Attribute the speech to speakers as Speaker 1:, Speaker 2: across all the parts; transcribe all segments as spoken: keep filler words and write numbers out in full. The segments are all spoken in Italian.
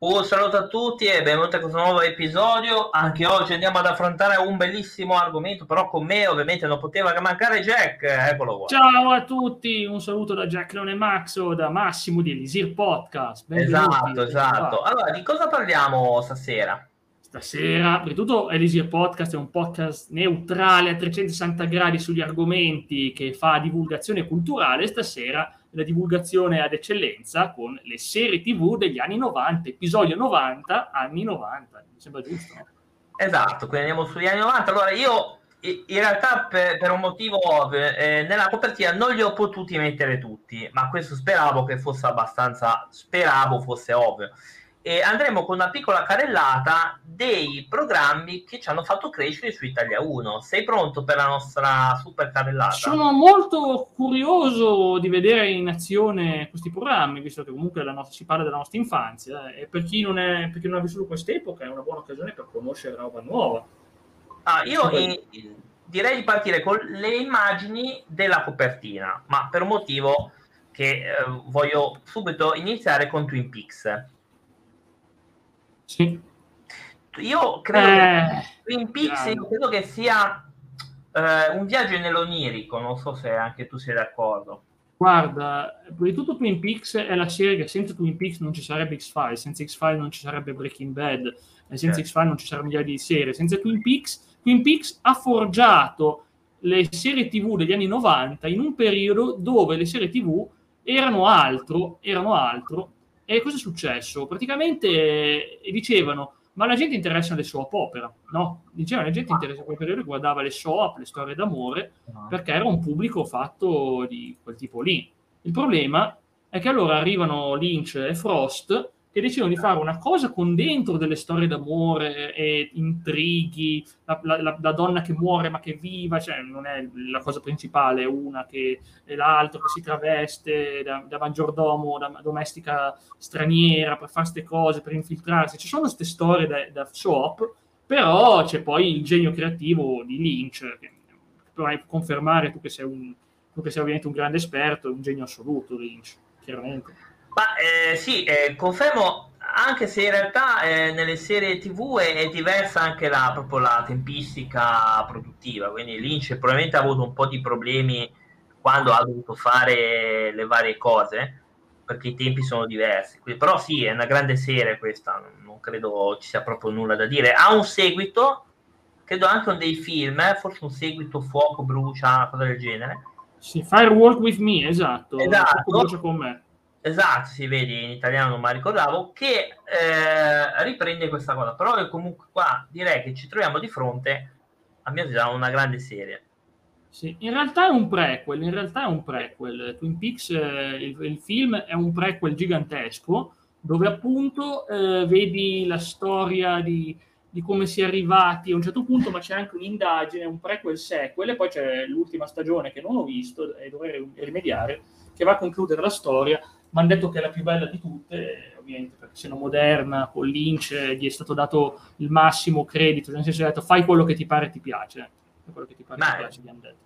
Speaker 1: Un saluto a tutti e benvenuti a questo nuovo episodio. Anche oggi andiamo ad affrontare un bellissimo argomento, però con me ovviamente non poteva mancare Jack. Eccolo qua.
Speaker 2: Ciao a tutti, un saluto da Jack Leone Maxo, da Massimo di Elisir Podcast. Benvenuti.
Speaker 1: Esatto, esatto. Allora, di cosa parliamo stasera?
Speaker 2: Stasera, prima di tutto, Elisir Podcast è un podcast neutrale a trecentosessanta gradi sugli argomenti che fa divulgazione culturale. Stasera la divulgazione ad eccellenza con le serie tivù degli anni novanta, episodio novanta, anni novanta. Mi sembra giusto, no?
Speaker 1: Esatto, quindi andiamo sugli anni novanta. Allora, io in realtà per, per un motivo ovvio, eh, nella copertina non li ho potuti mettere tutti, ma questo speravo che fosse abbastanza, speravo fosse ovvio. E andremo con una piccola carrellata dei programmi che ci hanno fatto crescere su Italia uno. Sei pronto per la nostra super carrellata?
Speaker 2: Sono molto curioso di vedere in azione questi programmi, visto che comunque la nostra, si parla della nostra infanzia, eh, e per chi non è, per chi non ha vissuto quest'epoca è una buona occasione per conoscere roba nuova.
Speaker 1: Ah, io eh, direi di partire con le immagini della copertina, ma per un motivo che eh, voglio subito iniziare con Twin Peaks.
Speaker 2: Sì.
Speaker 1: Io credo
Speaker 2: eh,
Speaker 1: che Twin Peaks io credo che sia eh, un viaggio nell'onirico, non so se anche tu sei d'accordo.
Speaker 2: Guarda, prima di tutto Twin Peaks è la serie che senza Twin Peaks non ci sarebbe X-Files, senza X-Files non ci sarebbe Breaking Bad, e senza certo. X-Files non ci sarebbero migliaia di serie. Senza Twin Peaks, Twin Peaks ha forgiato le serie tivù degli anni novanta in un periodo dove le serie tivù erano altro, erano altro. E cosa è successo? Praticamente eh, dicevano, ma la gente interessa le soap opera, no? Dicevano, la gente interessa quel periodo, guardava le soap, le storie d'amore, perché era un pubblico fatto di quel tipo lì. Il problema è che allora arrivano Lynch e Frost che decidono di fare una cosa con dentro delle storie d'amore e intrighi, la, la, la donna che muore ma che è viva, cioè non è la cosa principale, una che è l'altro che si traveste da, da maggiordomo, da domestica straniera per fare queste cose, per infiltrarsi. Ci sono queste storie da, da soap, però c'è poi il genio creativo di Lynch, che potrai confermare tu che sei un tu che sei ovviamente un grande esperto, un genio assoluto Lynch, chiaramente.
Speaker 1: Ma eh, sì, eh, confermo, anche se in realtà eh, nelle serie tivù è, è diversa anche la, proprio la tempistica produttiva, quindi Lynch probabilmente ha avuto un po' di problemi quando ha dovuto fare le varie cose, perché i tempi sono diversi. Quindi, però sì, è una grande serie questa, non credo ci sia proprio nulla da dire. Ha un seguito, credo anche un dei film, eh, forse un seguito Fuoco Brucia, una cosa del genere.
Speaker 2: Sì, Firework with Me, esatto.
Speaker 1: Esatto.
Speaker 2: Fuoco Brucia con me.
Speaker 1: Esatto, si vede in italiano, non mi ricordavo, che eh, riprende questa cosa. Però io comunque qua direi che ci troviamo di fronte a mio avviso a una grande serie.
Speaker 2: Sì, in realtà è un prequel, in realtà è un prequel. Twin Peaks, eh, il, il film è un prequel gigantesco, dove appunto eh, vedi la storia di, di come si è arrivati a un certo punto, ma c'è anche un'indagine, un prequel sequel, e poi c'è l'ultima stagione che non ho visto e dovrei rimediare, che va a concludere la storia. Mi hanno detto che è la più bella di tutte, ovviamente perché essendo moderna, con Lynch gli è stato dato il massimo credito, nel senso che ha detto fai quello che ti pare e ti piace. Quello che ti pare, ti piace, gli hanno detto.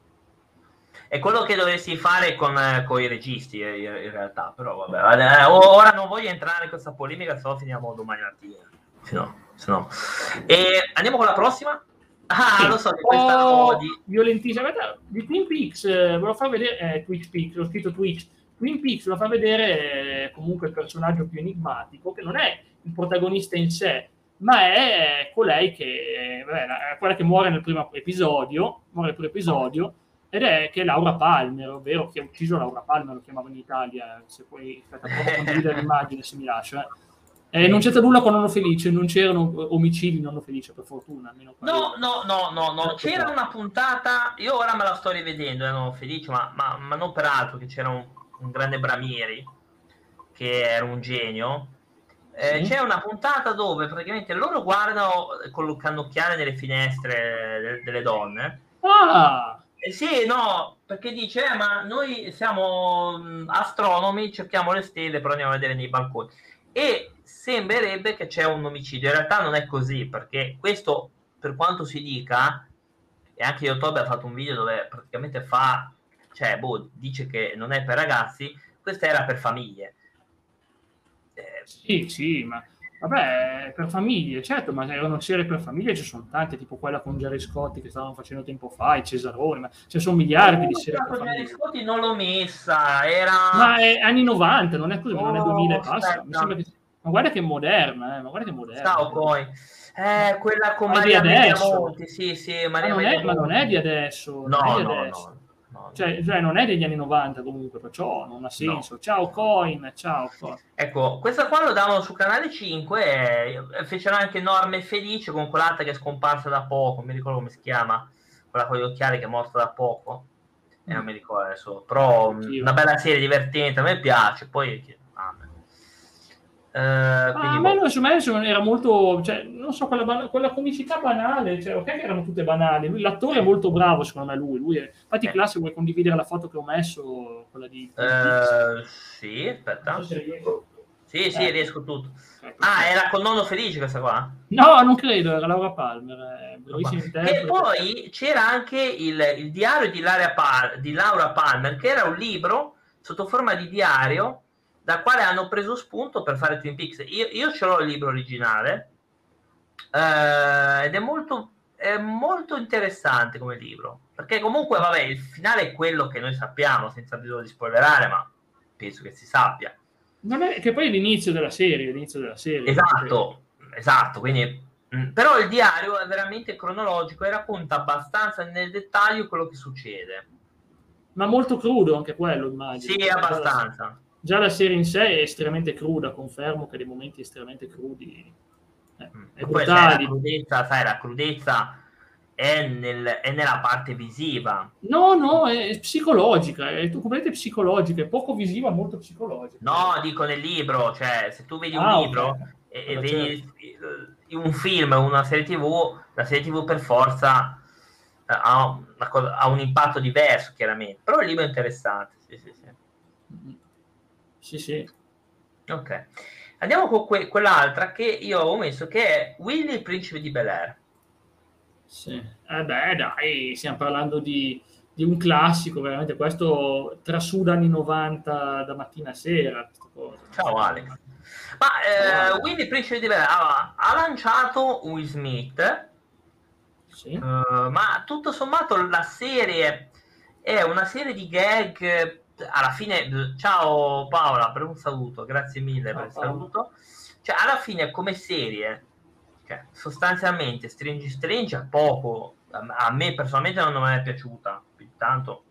Speaker 1: È quello che dovresti fare con, eh, con i registi eh, in realtà, però vabbè, eh, ora non voglio entrare in questa polemica, se no finiamo domani mattina. Se no, se no. E andiamo con la prossima? Ah, sì. Lo so, di questa
Speaker 2: oh, di... violentissima. Di Twin Peaks, eh, ve lo fa vedere, eh, Twitch Peaks, ho scritto Twitch. Twin Peaks lo fa vedere eh, comunque il personaggio più enigmatico, che non è il protagonista in sé, ma è colei che, vabbè, è quella che muore nel primo episodio, muore nel primo episodio, ed è che è Laura Palmer, ovvero chi ha ucciso Laura Palmer, lo chiamavo in Italia, se poi aspetta, posso condividere l'immagine se mi lascia. Eh. Eh, non c'è stato nulla con Nonno Felice, non c'erano omicidi Nonno Felice, per fortuna. Almeno
Speaker 1: no, no, no, no, no, c'era una puntata, io ora me la sto rivedendo, eh, Nonno Felice, ma, ma, ma non per altro, che c'era un, un grande Bramieri, che era un genio. Eh, sì. C'è una puntata dove praticamente loro guardano con il cannocchiale nelle finestre de- delle donne.
Speaker 2: Ah!
Speaker 1: Eh sì, no, perché dice, eh, ma noi siamo mh, astronomi, cerchiamo le stelle, però andiamo a vedere nei balconi. E sembrerebbe che c'è un omicidio. In realtà non è così, perché questo, per quanto si dica, e anche YouTube ha fatto un video dove praticamente fa, cioè, boh, dice che non è per ragazzi, questa era per famiglie.
Speaker 2: Eh, sì, sì, ma Vabbè, per famiglie, certo, ma erano serie per famiglie, ci sono tante, tipo quella con Gerry Scotti che stavano facendo tempo fa, i Cesaroni, ma ce ne sono miliardi di serie per famiglie.
Speaker 1: Scotti non l'ho messa, era...
Speaker 2: Ma è anni novanta, non è così, ma non è duemila
Speaker 1: Oh,
Speaker 2: e passa. Mi sembra
Speaker 1: aspetta.
Speaker 2: che... Ma guarda che è moderna, eh, ma guarda che è
Speaker 1: Ciao,
Speaker 2: moderna.
Speaker 1: poi. Eh, quella con
Speaker 2: Ma è di
Speaker 1: Maria
Speaker 2: adesso.
Speaker 1: Mediamonti, sì, sì,
Speaker 2: Ma
Speaker 1: Maria
Speaker 2: non è, ma non è di
Speaker 1: Mediamonti.
Speaker 2: adesso, non è
Speaker 1: No,
Speaker 2: di
Speaker 1: no,
Speaker 2: adesso.
Speaker 1: no, no, no.
Speaker 2: Cioè, cioè non è degli anni novanta comunque, perciò non ha
Speaker 1: No.
Speaker 2: senso. Ciao Coin, ciao Coin.
Speaker 1: Ecco, questa qua lo davano su Canale cinque e e fecero anche Norma e Felice con quell'altra che è scomparsa da poco, non mi ricordo come si chiama, quella con gli occhiali che è morta da poco, e non mi ricordo adesso, però mh, una bella serie divertente, a me piace, poi... ah, eh,
Speaker 2: Ma
Speaker 1: quindi
Speaker 2: a me,
Speaker 1: boh.
Speaker 2: non- secondo me insomma, era molto, cioè, non so, quella, ban- quella comicità banale, cioè, ok che erano tutte banali, lui- l'attore è molto bravo secondo me lui, lui è, infatti
Speaker 1: Eh.
Speaker 2: classe vuoi condividere la foto che ho messo, quella di...
Speaker 1: Eh, sì,
Speaker 2: Non
Speaker 1: aspetta.
Speaker 2: so se riesco.
Speaker 1: Sì, sì,
Speaker 2: Eh,
Speaker 1: riesco tutto.
Speaker 2: ecco.
Speaker 1: Ah, era con Nonno Felice questa qua?
Speaker 2: No, non credo, era Laura Palmer, è bravissima
Speaker 1: Che
Speaker 2: interprete.
Speaker 1: poi c'era anche il, il diario di, Laura Pal- di Laura Palmer, che era un libro sotto forma di diario, da quale hanno preso spunto per fare Twin Peaks. Io, io ce l'ho il libro originale, eh, ed è molto, è molto interessante come libro, perché comunque, vabbè, il finale è quello che noi sappiamo, senza bisogno di spoilerare, ma penso che si sappia.
Speaker 2: Non è, che poi è l'inizio della serie, l'inizio della serie.
Speaker 1: Esatto, esatto, quindi mh, però il diario è veramente cronologico e racconta abbastanza nel dettaglio quello che succede.
Speaker 2: Ma molto crudo anche quello, immagino.
Speaker 1: Sì, abbastanza.
Speaker 2: Già la serie in sé è estremamente cruda, confermo che dei momenti estremamente crudi. Eh,
Speaker 1: E poi sai, la
Speaker 2: brutali.
Speaker 1: crudezza, sai, la crudezza è, nel, è nella parte visiva.
Speaker 2: No, no, è psicologica, è completamente psicologica, è poco visiva, molto psicologica.
Speaker 1: No, dico nel libro, cioè se tu vedi un
Speaker 2: Ah,
Speaker 1: libro
Speaker 2: okay.
Speaker 1: e, e
Speaker 2: Vabbè,
Speaker 1: vedi
Speaker 2: certo.
Speaker 1: un film, una serie tivù, la serie tivù per forza eh, ha, una cosa, ha un impatto diverso, chiaramente. Però il libro è interessante, sì, sì, sì.
Speaker 2: Mm-hmm. Sì, sì.
Speaker 1: Ok. Andiamo con que- quell'altra che io avevo messo, che è Willy il principe di Bel-Air.
Speaker 2: Sì. Eh beh, dai, stiamo parlando di, di un classico, veramente. Questo trasuda anni novanta da mattina a sera. Cosa.
Speaker 1: Ciao Alex. Ma eh, Willy il principe di Bel-Air ha, ha lanciato Will Smith,
Speaker 2: sì.
Speaker 1: uh, ma tutto sommato la serie è una serie di gag. Alla fine, ciao Paola, per un saluto, grazie mille
Speaker 2: Ciao,
Speaker 1: per il
Speaker 2: Paola.
Speaker 1: saluto. Cioè, alla fine, come serie, cioè, sostanzialmente Strange Strange a poco, a me personalmente non mi è piaciuta più tanto,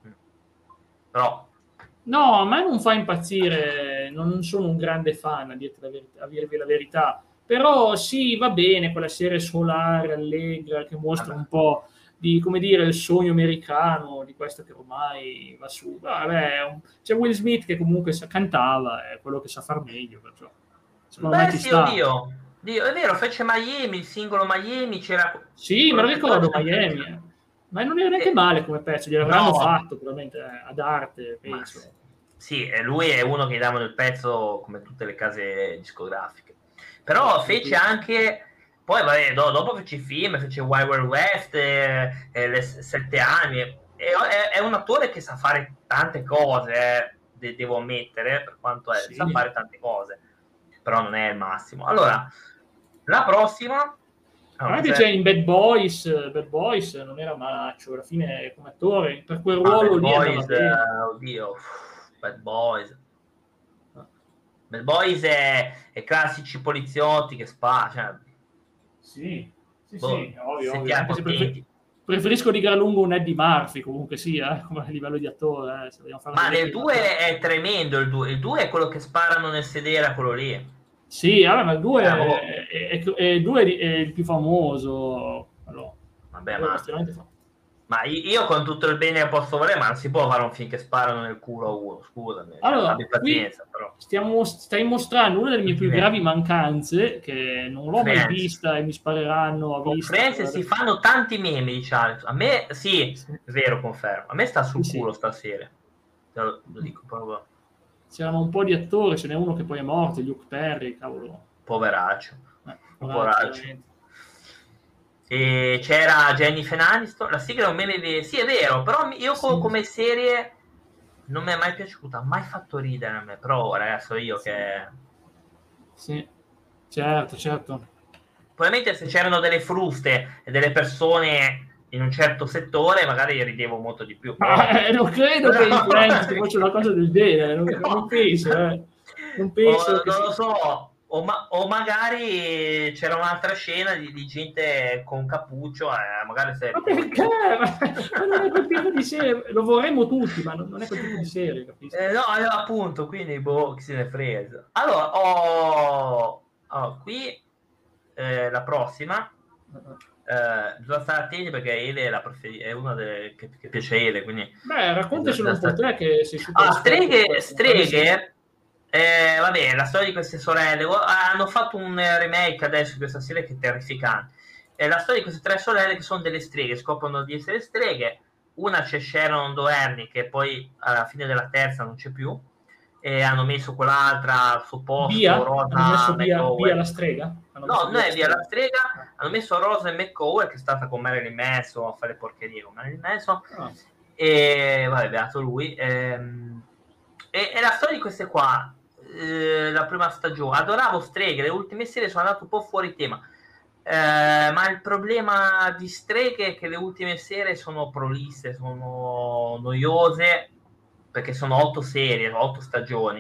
Speaker 1: però
Speaker 2: no, a me non fa impazzire, non sono un grande fan a dirti la verità, a dirvi la verità, però sì, va bene quella serie solare, allegra, che mostra
Speaker 1: vabbè.
Speaker 2: un po' di, come dire, il sogno americano, di questo che ormai va su. Vabbè, c'è Will Smith che comunque sa, cantava, è quello che sa far meglio, perciò secondo
Speaker 1: Beh,
Speaker 2: me ci
Speaker 1: sì,
Speaker 2: sta.
Speaker 1: oddio. Dio, è vero, fece Miami, il singolo Miami, c'era...
Speaker 2: Sì, me lo ricordo Miami, eh. Ma non era neanche
Speaker 1: eh,
Speaker 2: male come pezzo, gliel'avranno
Speaker 1: no,
Speaker 2: fatto probabilmente eh, ad arte, penso.
Speaker 1: Ma sì, lui è uno che gli davano il pezzo come tutte le case discografiche. Però
Speaker 2: Sì,
Speaker 1: fece
Speaker 2: sì.
Speaker 1: anche... Poi, vabbè, do, dopo fece film, fece Wild Wild West, eh, eh, le sette anni. È, è, è un attore che sa fare tante cose, eh, de, devo ammettere, per quanto è,
Speaker 2: Sì.
Speaker 1: sa fare tante cose. Però non è il massimo. Allora, la prossima...
Speaker 2: A me piace in Bad Boys, Bad Boys non era malaccio, alla fine come attore, per quel ruolo
Speaker 1: Bad
Speaker 2: lì andava
Speaker 1: Boys,
Speaker 2: bene.
Speaker 1: uh, oddio, Bad Boys. Bad Boys è, è classici poliziotti che spa, cioè,
Speaker 2: Sì, sì,
Speaker 1: boh,
Speaker 2: sì, ovvio, ovvio.
Speaker 1: sentiamo
Speaker 2: Anche se
Speaker 1: contenti.
Speaker 2: prefer- preferisco di gran lungo un Eddie Murphy, comunque sia, eh, come a livello di attore. Eh, se vogliamo fare
Speaker 1: Ma
Speaker 2: vedere
Speaker 1: nel
Speaker 2: che-
Speaker 1: due è tremendo, il due. Il due è quello che sparano nel sedere a quello lì.
Speaker 2: Sì, vabbè, ma il due
Speaker 1: Eh, oh.
Speaker 2: è, è, è- è- il due è, è il più famoso. Allora,
Speaker 1: Vabbè,
Speaker 2: quello
Speaker 1: ma,
Speaker 2: estremamente fa-
Speaker 1: ma io con tutto il bene che posso volere, ma non si può fare un film che sparano nel culo a uno, scusami, cioè,
Speaker 2: Allora,
Speaker 1: abbi
Speaker 2: qui
Speaker 1: pazienza, però.
Speaker 2: stiamo, stai mostrando una delle mie più
Speaker 1: Sì.
Speaker 2: gravi mancanze, che non l'ho mai
Speaker 1: Friends.
Speaker 2: vista e mi spareranno a
Speaker 1: Con
Speaker 2: vista.
Speaker 1: Friends si fanno tanti meme, diciamo. A me, sì,
Speaker 2: Sì.
Speaker 1: è vero, confermo. A me sta sul
Speaker 2: Sì,
Speaker 1: culo
Speaker 2: sì.
Speaker 1: stasera. Te lo, lo dico proprio.
Speaker 2: C'erano un po' di attori, ce n'è uno che poi è morto, Luke Perry, cavolo.
Speaker 1: Poveraccio.
Speaker 2: Eh,
Speaker 1: Poveraccio.
Speaker 2: veramente.
Speaker 1: E c'era Jennifer Aniston. La sigla è un meme di... Sì, è vero, però io
Speaker 2: Sì.
Speaker 1: come serie non mi è mai piaciuta, mai fatto ridere a me. Però, ragazzi, io
Speaker 2: Sì.
Speaker 1: che...
Speaker 2: Sì. Certo, certo.
Speaker 1: Probabilmente se c'erano delle fruste e delle persone in un certo settore, magari ridevo molto di più. Però...
Speaker 2: Ah, eh, non credo che in Friends faccia una cosa del genere, non,
Speaker 1: no.
Speaker 2: non penso, eh. Non penso
Speaker 1: o,
Speaker 2: che
Speaker 1: non
Speaker 2: si...
Speaker 1: lo so, o, ma, o magari c'era un'altra scena di, di gente con cappuccio, eh, magari se
Speaker 2: Ma perché? Ma, ma non è quel tipo di serie, lo vorremmo tutti, ma non, non è quel tipo di serie, capisci?
Speaker 1: Eh, no, eh, appunto, quindi boh, chi se ne frega. Allora, ho, ho qui eh, la prossima. Eh, bisogna stare attenti perché Ele è, la preferi- è una delle che, che piace a Ele, quindi
Speaker 2: Beh, raccontacelo un po' te che sei super
Speaker 1: ah,
Speaker 2: esperto.
Speaker 1: streghe, streghe eh, vabbè, la storia di queste sorelle hanno fatto un remake adesso di questa serie che è terrificante. È la storia di queste tre sorelle che sono delle streghe, scoprono di essere streghe. Una c'è Sharon Doherty che poi alla fine della terza non c'è più, e hanno messo quell'altra al suo posto,
Speaker 2: Via?
Speaker 1: Rosa
Speaker 2: Hanno messo via, via
Speaker 1: McCowell.
Speaker 2: la strega? Hanno
Speaker 1: No,
Speaker 2: messo
Speaker 1: non
Speaker 2: via
Speaker 1: è
Speaker 2: la
Speaker 1: via la
Speaker 2: strega.
Speaker 1: strega, hanno messo Rosa McCowell che è stata con Marilyn Manson a fare porcherie con Marilyn Manson.
Speaker 2: Ah.
Speaker 1: E vabbè, beato lui. Ehm, e, e la storia di queste qua, eh, la prima stagione, adoravo Streghe, le ultime serie sono andate un po' fuori tema. Eh, ma il problema di Streghe è che le ultime serie sono prolisse, sono noiose, perché sono otto serie, otto stagioni,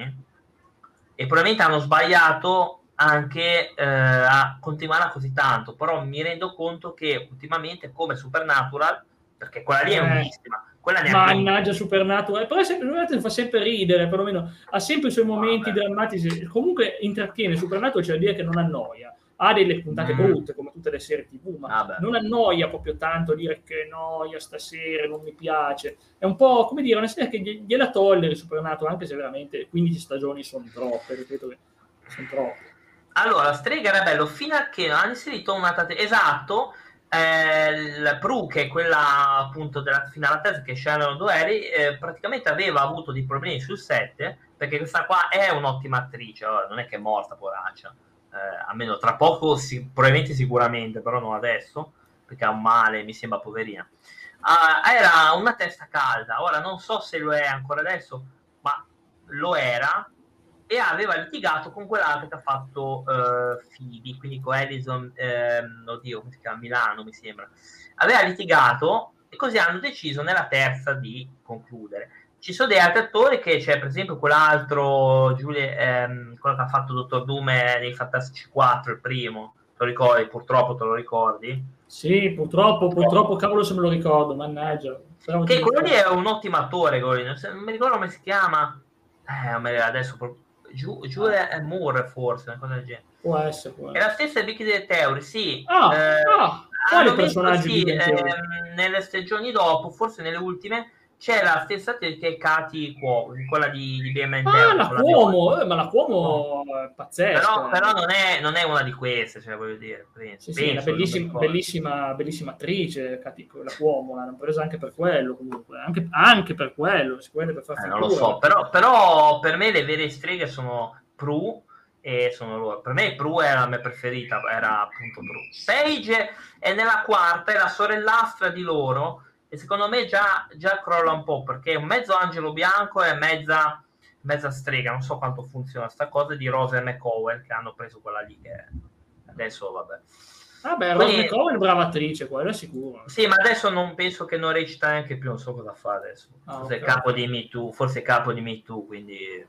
Speaker 1: e probabilmente hanno sbagliato anche eh, a continuare così tanto, però mi rendo conto che ultimamente come Supernatural, perché quella lì è
Speaker 2: Eh,
Speaker 1: lunghissima, quella ne ha
Speaker 2: mannaggia Supernatural, però sempre, fa sempre ridere, perlomeno ha sempre i suoi momenti
Speaker 1: Vabbè.
Speaker 2: drammatici, comunque intrattiene. Supernatural c'è da dire che non annoia, ha delle puntate mm. brutte come tutte le serie tv, ma Vabbè. non annoia proprio tanto dire che noia stasera, non mi piace, è un po' come dire una serie che gliela tolleri Supernatural, anche se veramente quindici stagioni sono troppe, ripeto che sono troppe.
Speaker 1: Allora, Strega era bello fino a che hanno inserito una tate- esatto, eh, la Prue, che è quella appunto della finale terza, che è Sharon Doherty, eh, praticamente aveva avuto dei problemi sul set, perché questa qua è un'ottima attrice, allora, non è che è morta, poraccia, eh, almeno tra poco, sì, probabilmente sicuramente, però non adesso, perché ha un male, mi sembra poverina. Uh, era una testa calda, ora non so se lo è ancora adesso, ma lo era, e aveva litigato con quell'altro che ha fatto uh, Phoebe, quindi con Edison, ehm, oddio, come si chiama, Milano mi sembra, aveva litigato e così hanno deciso nella terza di concludere. Ci sono degli altri attori che c'è per esempio quell'altro Giulia, ehm, quello che ha fatto Dottor Doom nei Fantastici quattro, il primo, te lo ricordi? Purtroppo te lo ricordi?
Speaker 2: Sì, purtroppo, purtroppo, cavolo se me lo ricordo, mannaggia.
Speaker 1: Però che quello lì è un ottimo attore, quello lì. Non, non mi ricordo come si chiama, eh, adesso Julia ah. Moore forse, una cosa del genere.
Speaker 2: Può essere, può essere.
Speaker 1: È la stessa Vicky De Theory, sì.
Speaker 2: Ah, eh, ah, quali personaggi
Speaker 1: sì, eh, nelle stagioni dopo, forse nelle ultime, c'è la stessa attrice che è Katy Cuomo, quella di, di B M N.
Speaker 2: Ah, la Cuomo, eh, ma la Cuomo è pazzesca.
Speaker 1: Però, però non, è, non è una di queste, cioè voglio dire. Penso,
Speaker 2: sì, sì, una bellissima, bellissima, bellissima attrice, Katy, la Cuomo, l'hanno presa anche per quello comunque, anche, anche per quello, sicuramente per far
Speaker 1: eh, non lo so, però, però per me le vere streghe sono Prue e sono loro. Per me Prue era la mia preferita, era appunto Prue. Paige è nella quarta, è la sorellastra di loro, e secondo me già, già crolla un po', perché è un mezzo angelo bianco e mezza, mezza strega, non so quanto funziona sta cosa di Rose McCowell, che hanno preso quella lì, che adesso vabbè.
Speaker 2: Vabbè, Rose McCowell è brava attrice, quello è sicuro.
Speaker 1: Sì, ma adesso non penso che non recita neanche più, non so cosa fa adesso.
Speaker 2: Ah,
Speaker 1: forse,
Speaker 2: okay.
Speaker 1: è capo di Me Too, forse è capo di Me Too, quindi...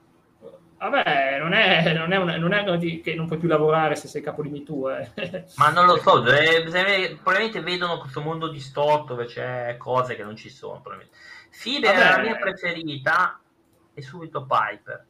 Speaker 2: Vabbè, non è, non è, una, non è che non puoi più lavorare se sei capo di Me Too, eh.
Speaker 1: Ma non lo so, eh, probabilmente vedono questo mondo distorto dove c'è cose che non ci sono. Phoebe è la mia preferita e subito Piper.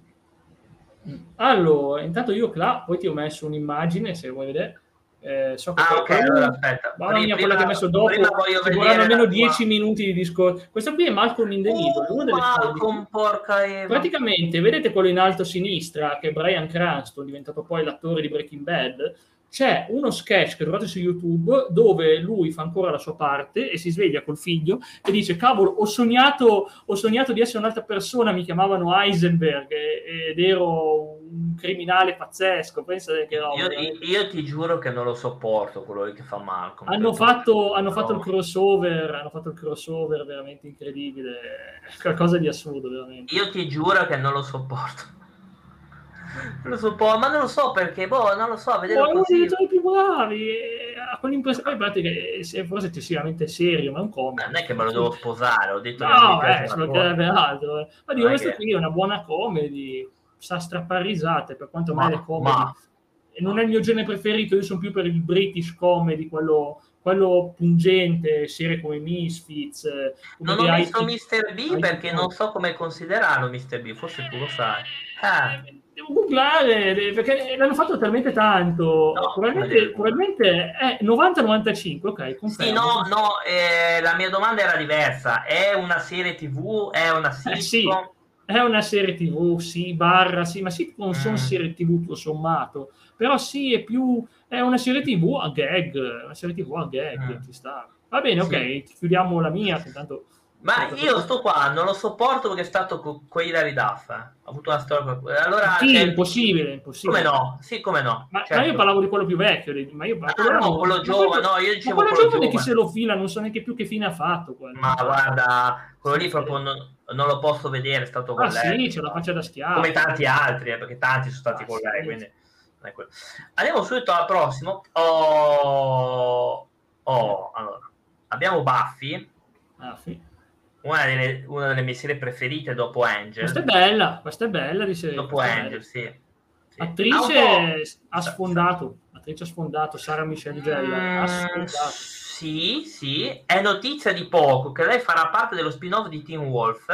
Speaker 2: Allora, intanto io là, poi ti ho messo un'immagine, se vuoi vedere. Eh, so che
Speaker 1: ah, ok, allora aspetta.
Speaker 2: Mamma mia, quella che ho messo dopo, ci vorranno almeno dieci minuti di discorso. Questo qui è Malcolm in the Middle.
Speaker 1: Uh, delle Malcolm, porca Eva.
Speaker 2: Praticamente, vedete quello in alto a sinistra, che è Bryan Cranston, diventato poi l'attore di Breaking Bad. C'è uno sketch che trovate su YouTube dove lui fa ancora la sua parte e si sveglia col figlio e dice: cavolo, ho sognato, ho sognato di essere un'altra persona, mi chiamavano Heisenberg ed ero un criminale pazzesco. Pensa che roba,
Speaker 1: io, io, io ti giuro che non lo sopporto quello che fa Malcolm.
Speaker 2: Hanno fatto, hanno fatto il crossover, hanno fatto il crossover veramente incredibile, qualcosa di assurdo veramente.
Speaker 1: Io ti giuro che non lo sopporto. lo so un po', ma non lo so perché, boh, non lo so, a
Speaker 2: Oh,
Speaker 1: vederlo
Speaker 2: è uno dei
Speaker 1: così.
Speaker 2: direttori più bravi, e ha quell'impressione, poi a parte che se- forse è eccessivamente serio, ma è un
Speaker 1: Ma
Speaker 2: comico.
Speaker 1: non è che me lo devo sposare, ho detto che non mi
Speaker 2: No,
Speaker 1: piace
Speaker 2: eh, ci
Speaker 1: l'attore.
Speaker 2: mancherebbe altro. eh. Ma dico,
Speaker 1: Non è
Speaker 2: questo
Speaker 1: che...
Speaker 2: qui è una buona comedy, sa strappare risate, per quanto a me
Speaker 1: Ma,
Speaker 2: le
Speaker 1: ma,
Speaker 2: comedy e non
Speaker 1: ma...
Speaker 2: è il mio genere preferito, io sono più per il British comedy, quello, quello pungente, serie come Misfits, eh, come
Speaker 1: Non
Speaker 2: The
Speaker 1: ho
Speaker 2: I
Speaker 1: messo
Speaker 2: T,
Speaker 1: mister B
Speaker 2: I T
Speaker 1: perché non
Speaker 2: Crowd.
Speaker 1: so come considerarlo mister B, forse tu lo sai. Ah,
Speaker 2: Eh, devo googlare, eh, perché l'hanno fatto talmente tanto,
Speaker 1: no, come deve
Speaker 2: probabilmente,
Speaker 1: Google?
Speaker 2: probabilmente è novanta novantacinque, ok,
Speaker 1: Sì, no,
Speaker 2: confermo.
Speaker 1: no, eh, la mia domanda era diversa. È una serie T V? È una
Speaker 2: Eh sì,
Speaker 1: sitcom?
Speaker 2: è una serie tivù, sì, barra, sì, ma sì, non sono
Speaker 1: Mm,
Speaker 2: serie tivù tutto sommato, però sì, è più, è una serie tivù a gag, una serie tivù a gag,
Speaker 1: mm,
Speaker 2: ci sta. Va bene,
Speaker 1: sì.
Speaker 2: ok, chiudiamo la mia, che intanto ce l'ho
Speaker 1: Ma io
Speaker 2: capito.
Speaker 1: sto qua, non lo sopporto perché è stato con co Hilary Duff. eh. Ha avuto una storia con... Allora,
Speaker 2: Sì,
Speaker 1: cioè,
Speaker 2: impossibile,
Speaker 1: come
Speaker 2: impossibile.
Speaker 1: no? Sì, come no?
Speaker 2: Ma, ma io
Speaker 1: Certo.
Speaker 2: parlavo di quello più vecchio, di- ma io ma quello
Speaker 1: Ah,
Speaker 2: là
Speaker 1: no,
Speaker 2: non-
Speaker 1: quello
Speaker 2: ma quello,
Speaker 1: giovane, no, io
Speaker 2: ma
Speaker 1: dicevo
Speaker 2: quello
Speaker 1: quello
Speaker 2: giovane che se
Speaker 1: giovane.
Speaker 2: lo fila, non so neanche più che fine ha fatto quello.
Speaker 1: Ma
Speaker 2: Non so.
Speaker 1: guarda, quello
Speaker 2: Se ne
Speaker 1: lì proprio
Speaker 2: frega.
Speaker 1: non, non lo posso vedere, è stato
Speaker 2: Ah
Speaker 1: con lei.
Speaker 2: sì, c'è la faccia da
Speaker 1: Come
Speaker 2: schiaffo.
Speaker 1: tanti altri, eh, perché tanti sono stati
Speaker 2: Ah
Speaker 1: con lei,
Speaker 2: sì.
Speaker 1: quindi non è quello. Andiamo subito al prossimo. Oh, oh, allora, abbiamo Buffy,
Speaker 2: Ah, sì.
Speaker 1: una delle, una delle mie serie preferite dopo
Speaker 2: Questa è
Speaker 1: Angel.
Speaker 2: bella, questa è bella, dice,
Speaker 1: Dopo
Speaker 2: questa è bella.
Speaker 1: Angel, sì. Sì. Ha un po'...
Speaker 2: Attrice ha
Speaker 1: sa- sa-
Speaker 2: sfondato, attrice ha sfondato, Sarah Michelle Gellar, ha
Speaker 1: Mm,
Speaker 2: sfondato.
Speaker 1: sì, sì, è notizia di poco che lei farà parte dello spin-off di Teen Wolf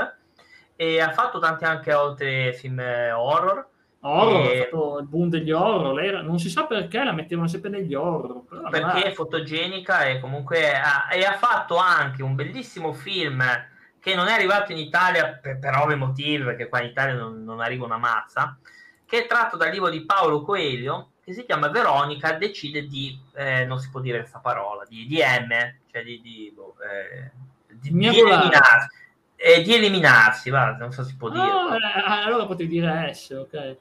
Speaker 1: e ha fatto tanti anche altri film eh, horror.
Speaker 2: Horror, ha
Speaker 1: E
Speaker 2: fatto il boom degli horror, lei era- non si sa perché la mettevano sempre negli horror, però non
Speaker 1: perché
Speaker 2: ha...
Speaker 1: è fotogenica e comunque ha, e ha fatto anche un bellissimo film che non è arrivato in Italia per, per ovvi motivi, perché qua in Italia non, non arriva una mazza, che è tratto dal libro di Paolo Coelho, che si chiama Veronica decide di, eh, non si può dire questa parola, di, di M, cioè di, di, boh, eh, di, di
Speaker 2: Miagolare.
Speaker 1: eliminarsi, eh, di eliminarsi, va, non so se si può dire.
Speaker 2: Ah, eh, allora potevi dire S, ok.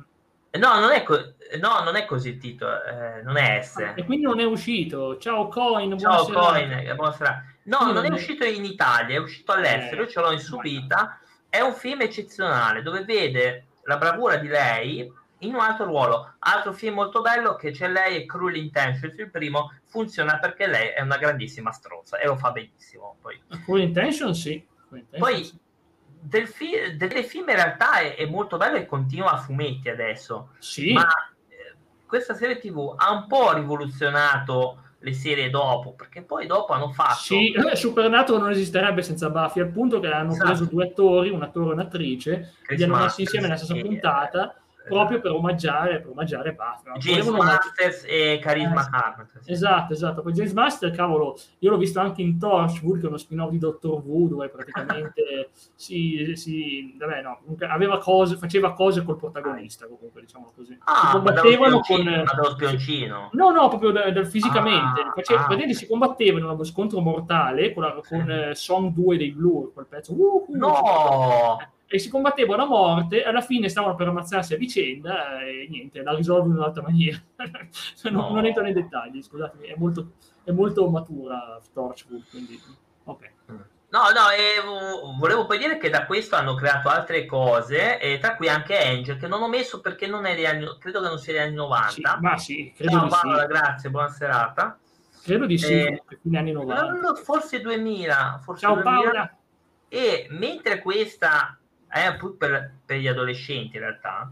Speaker 1: No, non è, co- no, non è così il titolo, eh, non è S.
Speaker 2: Ah, e quindi non è uscito. Ciao Coin, buona
Speaker 1: Ciao
Speaker 2: serata.
Speaker 1: Coin, eh, buonasera. No,
Speaker 2: Quindi
Speaker 1: non è
Speaker 2: non è...
Speaker 1: uscito in Italia, è uscito all'estero, io
Speaker 2: Eh,
Speaker 1: ce l'ho in
Speaker 2: vai là.
Speaker 1: subita. È un film eccezionale dove vede la bravura di lei in un altro ruolo. Altro film molto bello che c'è lei e Cruel Intentions. Il primo funziona perché lei è una grandissima stronza e lo fa benissimo. Poi,
Speaker 2: Full Intention sì. Full Intention
Speaker 1: poi
Speaker 2: sì.
Speaker 1: del, fi- del telefilm in realtà è, è molto bello e continua a fumetti adesso, ma
Speaker 2: Sì,
Speaker 1: eh, questa serie T V ha un po' rivoluzionato le serie dopo, perché poi dopo hanno
Speaker 2: sì,
Speaker 1: fatto...
Speaker 2: eh, Supernatural non esisterebbe senza Buffy, al punto che hanno preso
Speaker 1: Esatto,
Speaker 2: due attori, un attore e un'attrice, li
Speaker 1: Chris
Speaker 2: hanno messi insieme nella
Speaker 1: Masters
Speaker 2: stessa
Speaker 1: e...
Speaker 2: puntata
Speaker 1: eh,
Speaker 2: proprio per
Speaker 1: esatto.
Speaker 2: omaggiare, per omaggiare Buffy. No?
Speaker 1: James
Speaker 2: Volevano omaggiare.
Speaker 1: Masters e
Speaker 2: Eh,
Speaker 1: Charisma
Speaker 2: sì.
Speaker 1: Carpenter, sì.
Speaker 2: Esatto, esatto. Poi James Master, cavolo, io l'ho visto anche in Torchwood, che è uno spin-off di Doctor Who, dove praticamente si, si vabbè, no, comunque aveva cose, faceva cose col protagonista, comunque, diciamolo così. Si
Speaker 1: Ah, ma dallo
Speaker 2: combattevano con...
Speaker 1: spioncino, ma dallo
Speaker 2: si-
Speaker 1: spioncino.
Speaker 2: no, no, proprio da, da- fisicamente.
Speaker 1: Ah,
Speaker 2: Face-
Speaker 1: ah,
Speaker 2: praticamente
Speaker 1: ok.
Speaker 2: si combattevano in uno scontro mortale con, la,
Speaker 1: Sì.
Speaker 2: con eh, Song due dei Blur, quel pezzo. Woohoo, si combattevano.
Speaker 1: No!
Speaker 2: E si combattevano a morte, alla fine stavano per ammazzarsi a vicenda e niente, la risolvono in un'altra maniera. non, non entro nei
Speaker 1: No!
Speaker 2: dettagli, scusatemi, è molto, è molto matura Torchwood, quindi ok.
Speaker 1: No, no, e vo- volevo poi dire che da questo hanno creato altre cose, e tra cui anche Angel, che non ho messo perché non è degli anni, credo che non sia degli anni
Speaker 2: Sì,
Speaker 1: novanta.
Speaker 2: ma sì, credo
Speaker 1: Ciao
Speaker 2: di
Speaker 1: Paola,
Speaker 2: sì.
Speaker 1: grazie, buona serata.
Speaker 2: Credo di sì,
Speaker 1: Eh,
Speaker 2: comunque, fine anni
Speaker 1: non
Speaker 2: novanta.
Speaker 1: lo- forse duemila, forse
Speaker 2: Ciao
Speaker 1: duemila.
Speaker 2: Paola!
Speaker 1: E mentre questa è più per, per gli adolescenti in realtà,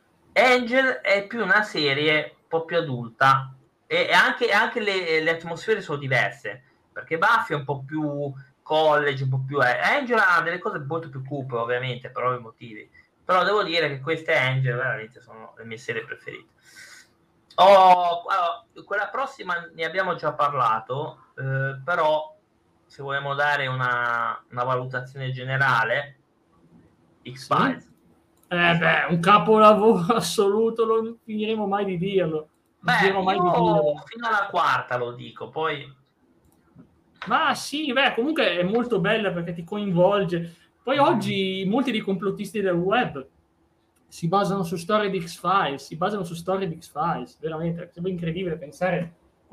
Speaker 1: Angel è più una serie un po' più adulta e, e anche, anche le, le atmosfere sono diverse, perché Buffy è un po' più college, un po' più... Eh. Angel ha delle cose molto più cupe, ovviamente, per ovvi motivi. Però devo dire che queste Angel veramente sono le mie serie preferite. Oh, allora, quella prossima ne abbiamo già parlato, eh, però se vogliamo dare una, una valutazione generale,
Speaker 2: Sì?
Speaker 1: X-Files.
Speaker 2: Eh beh, un capolavoro assoluto, non finiremo mai di dirlo. Non
Speaker 1: Beh,
Speaker 2: finiremo mai di
Speaker 1: io
Speaker 2: dirlo.
Speaker 1: fino alla quarta lo dico, poi...
Speaker 2: Ma sì, beh, comunque è molto bella perché ti coinvolge. Poi
Speaker 1: Mm,
Speaker 2: oggi molti dei complottisti del web si basano su storie di X-Files, si basano su storie di X-Files, veramente, sembra incredibile pensare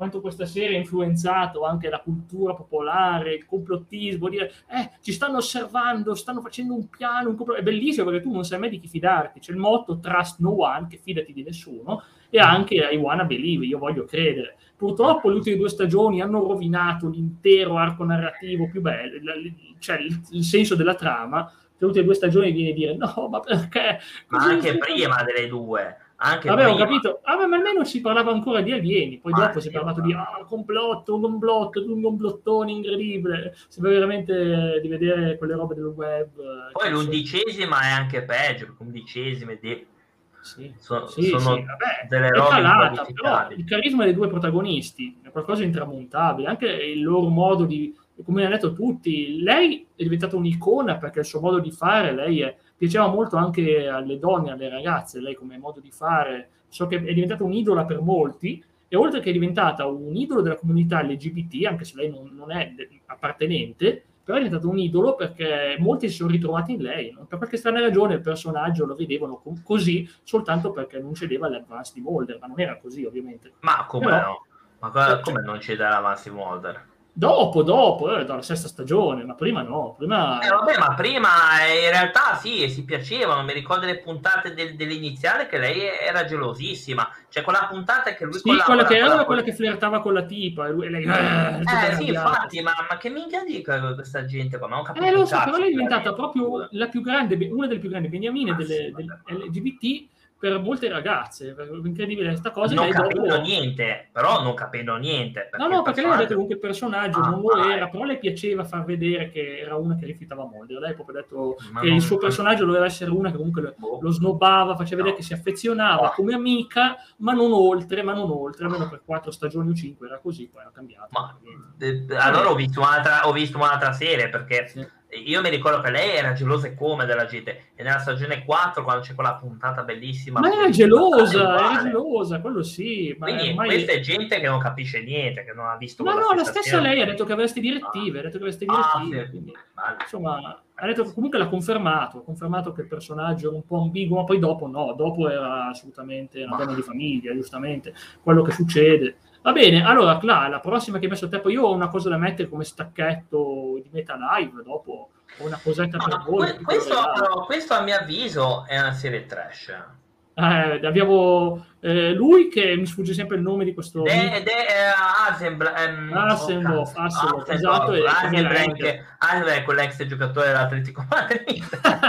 Speaker 2: quanto questa serie ha influenzato anche la cultura popolare, il complottismo, dire eh, ci stanno osservando, stanno facendo un piano, un complotto. È bellissimo perché tu non sai mai di chi fidarti. C'è il motto trust no one, che fidati di nessuno, e anche I wanna believe, io voglio credere. Purtroppo le ultime due stagioni hanno rovinato l'intero arco narrativo più bello, cioè il, il senso della trama. Le ultime due stagioni viene a dire no, ma perché?
Speaker 1: Ma anche prima delle due. Anche
Speaker 2: Vabbè,
Speaker 1: prima.
Speaker 2: ho capito. Ah, ma almeno si parlava ancora di alieni, poi ma dopo si è parlato di ah, complotto, un complotto, un complottone incredibile. Sembra veramente di vedere quelle robe del web.
Speaker 1: Poi l'undicesima è anche peggio, perché undicesime di...
Speaker 2: sì,
Speaker 1: so,
Speaker 2: sì,
Speaker 1: sono
Speaker 2: sì, vabbè,
Speaker 1: delle
Speaker 2: è
Speaker 1: robe
Speaker 2: calata, però il carisma dei due protagonisti è qualcosa di intramontabile, anche il loro modo di, come hanno detto tutti, lei è diventata un'icona perché il suo modo di fare, lei è, piaceva molto anche alle donne, alle ragazze, lei come modo di fare, so che è diventata un'idola per molti, e oltre che è diventata un idolo della comunità L G B T, anche se lei non, non è appartenente, però è diventato un idolo perché molti si sono ritrovati in lei, no? Per qualche strana ragione il personaggio lo vedevano co- così soltanto perché non cedeva all'advance di Mulder, ma non era così ovviamente.
Speaker 1: Ma come
Speaker 2: però,
Speaker 1: no? Ma cosa,
Speaker 2: cioè,
Speaker 1: come non cede all'advance di Mulder?
Speaker 2: Dopo, dopo, eh, dalla sesta stagione, ma prima no, prima...
Speaker 1: Eh, vabbè, ma prima eh, in realtà sì, si piacevano, mi ricordo le puntate del, dell'iniziale che lei era gelosissima, cioè quella puntata che lui
Speaker 2: sì, quella che era
Speaker 1: con...
Speaker 2: quella che flirtava con la tipa, e lui, e lei... Eh,
Speaker 1: eh sì, infatti, ma, ma che minchia dica questa gente qua? Non ho capito.
Speaker 2: Eh, lo so, però lei è diventata proprio la più grande, una delle più grandi beniamine delle, delle L G B T per molte ragazze, incredibile questa cosa.
Speaker 1: Non
Speaker 2: lei
Speaker 1: capendo
Speaker 2: dopo...
Speaker 1: niente, però non capendo niente.
Speaker 2: No, no, perché lei ha detto che comunque il personaggio
Speaker 1: ah,
Speaker 2: non lo
Speaker 1: ah,
Speaker 2: era,
Speaker 1: eh.
Speaker 2: però le piaceva far vedere che era una che rifiutava Mulder. Lei ha proprio detto
Speaker 1: ma
Speaker 2: che
Speaker 1: non...
Speaker 2: il suo personaggio doveva essere una che comunque lo, lo snobbava, faceva vedere
Speaker 1: no.
Speaker 2: che si affezionava
Speaker 1: oh.
Speaker 2: come amica, ma non oltre, ma non oltre, almeno per quattro stagioni o cinque era così, poi era cambiato.
Speaker 1: Ma, eh, allora ho visto, un'altra, ho visto un'altra serie, perché
Speaker 2: sì.
Speaker 1: Io mi ricordo che lei era gelosa e come della gente, e nella stagione quattro, quando c'è quella puntata bellissima,
Speaker 2: ma era gelosa, era gelosa, quello sì. Ma
Speaker 1: quindi
Speaker 2: ormai...
Speaker 1: questa è gente che non capisce niente, che non ha visto.
Speaker 2: Ma no, la stessa lei ha detto che avreste direttive, ah. ha detto che avreste direttive, ah, sì. Quindi, vale. Insomma, ha detto che comunque l'ha confermato, ha confermato che il personaggio era un po' ambiguo, ma poi dopo no, dopo era assolutamente una donna di famiglia, giustamente, quello che succede. Va bene, allora, Cla, la prossima che hai messo a te, poi io ho una cosa da mettere come stacchetto di Meta Live, dopo ho una cosetta
Speaker 1: no,
Speaker 2: per voi.
Speaker 1: Que- questo, no, questo a mio avviso è una serie trash.
Speaker 2: Eh, abbiamo eh, lui che mi sfugge sempre il nome di questo
Speaker 1: De, de, uh, Asenbl- um,
Speaker 2: Hasselhoff,
Speaker 1: oh,
Speaker 2: Hasselhoff, esatto, e
Speaker 1: Asenbl è quell'ex giocatore dell'Atletico Madrid.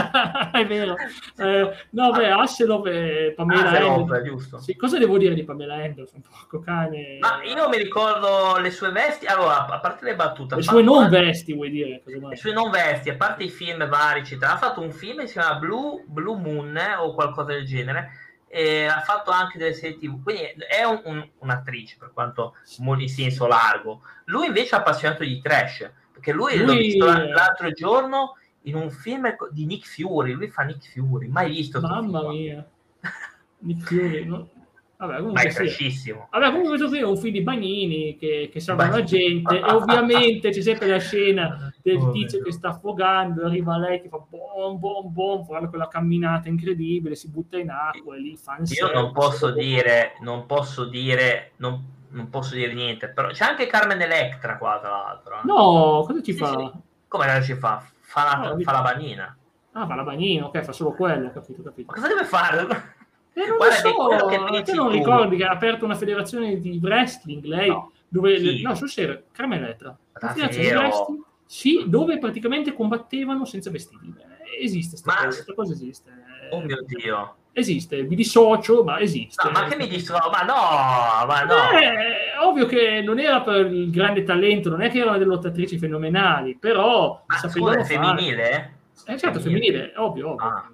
Speaker 2: È vero. Eh, no, beh, Hasselhoff e Pamela Anderson,
Speaker 1: giusto.
Speaker 2: Sì, cosa devo dire di Pamela Anderson? Porco cane.
Speaker 1: Ma io mi ricordo le sue vesti, allora, a parte le battute,
Speaker 2: le sue non vesti, vuoi dire?
Speaker 1: Le sue non vesti, a parte i film vari, eccetera. Ha fatto un film che si chiama Blue, Blue Moon eh, o qualcosa del genere. E ha fatto anche delle serie tivù, quindi è un, un, un'attrice, per quanto in senso largo. Lui invece è appassionato di trash, perché lui, lui... l'ho visto l'altro giorno in un film di Nick Fury. Lui fa Nick Fury, mai visto.
Speaker 2: Mamma mia, Nick Fury, no? Vabbè, comunque
Speaker 1: ma è
Speaker 2: sì.
Speaker 1: trashissimo.
Speaker 2: Vabbè, comunque questo qui è un film di Bagnini che, che salva la gente, e ovviamente c'è sempre la scena del oh, tizio vero. che sta affogando, arriva lei che fa bom bom bom, fa quella camminata incredibile, si butta in acqua e lì fa un
Speaker 1: Io non posso dire, non posso dire, non, non posso dire niente, però c'è anche Carmen Electra qua, tra l'altro.
Speaker 2: No, cosa ci
Speaker 1: sì,
Speaker 2: fa?
Speaker 1: Sì. Come cosa ci fa? Fa la,
Speaker 2: no,
Speaker 1: fa la bagnina.
Speaker 2: Ah, fa la bagnina, ok, fa solo quello, capito, capito.
Speaker 1: Ma cosa deve fare?
Speaker 2: Eh, non Guarda, lo so, che te non tu. ricordi che ha aperto una federazione di wrestling, lei, no, dove, sì. no, sul serio, Carmen Electra, una federazione di wrestling, sì, dove praticamente combattevano senza vestiti. Esiste sta cosa, questa cosa esiste.
Speaker 1: Oh mio Dio.
Speaker 2: Esiste, mi dissocio, ma esiste.
Speaker 1: No, ma che mi dissocio? Ma no, ma no.
Speaker 2: Eh, ovvio che non era per il grande talento, non è che erano delle lottatrici fenomenali, però
Speaker 1: ma
Speaker 2: sapevano
Speaker 1: scusa,
Speaker 2: fare.
Speaker 1: femminile?
Speaker 2: Eh, certo, femminile, femminile ovvio, ovvio.
Speaker 1: Ah.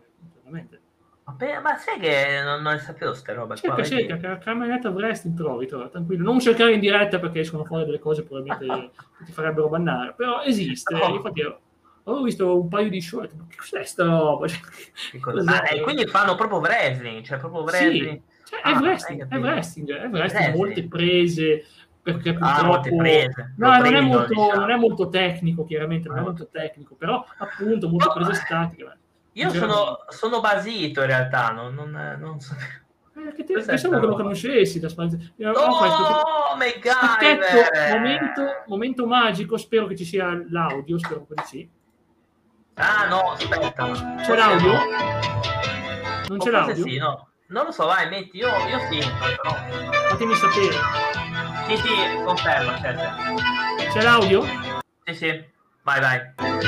Speaker 1: Ma sai che non, non sapevo ste robe
Speaker 2: cerca,
Speaker 1: qua?
Speaker 2: Cerca, Carmenetta Wrestling trovi, trovi, tranquillo. Non cercare in diretta perché escono fuori delle cose probabilmente che ti farebbero bannare, però esiste. Oh. Infatti io ho visto un paio di show, ma che cos'è sta roba?
Speaker 1: Ma eh, quindi fanno proprio wrestling, cioè proprio wrestling.
Speaker 2: Sì, cioè, è, ah, wrestling, è wrestling, è wrestling, molte prese, perché
Speaker 1: ah,
Speaker 2: purtroppo
Speaker 1: prese.
Speaker 2: No, non,
Speaker 1: prendo,
Speaker 2: è molto,
Speaker 1: diciamo.
Speaker 2: non è molto tecnico, chiaramente, non
Speaker 1: no.
Speaker 2: è molto tecnico, però appunto molte prese statiche.
Speaker 1: Io sono, sono basito in realtà, non, non, non so.
Speaker 2: Eh, che te, pensavo che lo conoscessi da Spazio.
Speaker 1: No, oh, MacGyver!
Speaker 2: Momento, momento magico, spero che ci sia l'audio, spero che sì.
Speaker 1: Ah no, aspetta.
Speaker 2: C'è l'audio? Non c'è l'audio?
Speaker 1: Sì, no. Non lo so, vai, metti, io, io sì, però.
Speaker 2: Fatemi sapere.
Speaker 1: Sì, sì, confermo, certo.
Speaker 2: C'è l'audio?
Speaker 1: Sì, sì, vai, vai.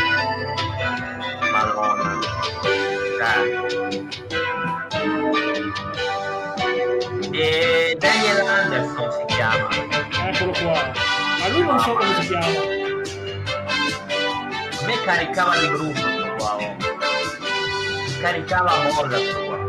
Speaker 1: Madonna. Eh. E Daniel Anderson si chiama.
Speaker 2: Eccolo qua. Ma lui non so come si chiama.
Speaker 1: A me caricava di brutto sto qua. Oh. Caricava a molla sto qua.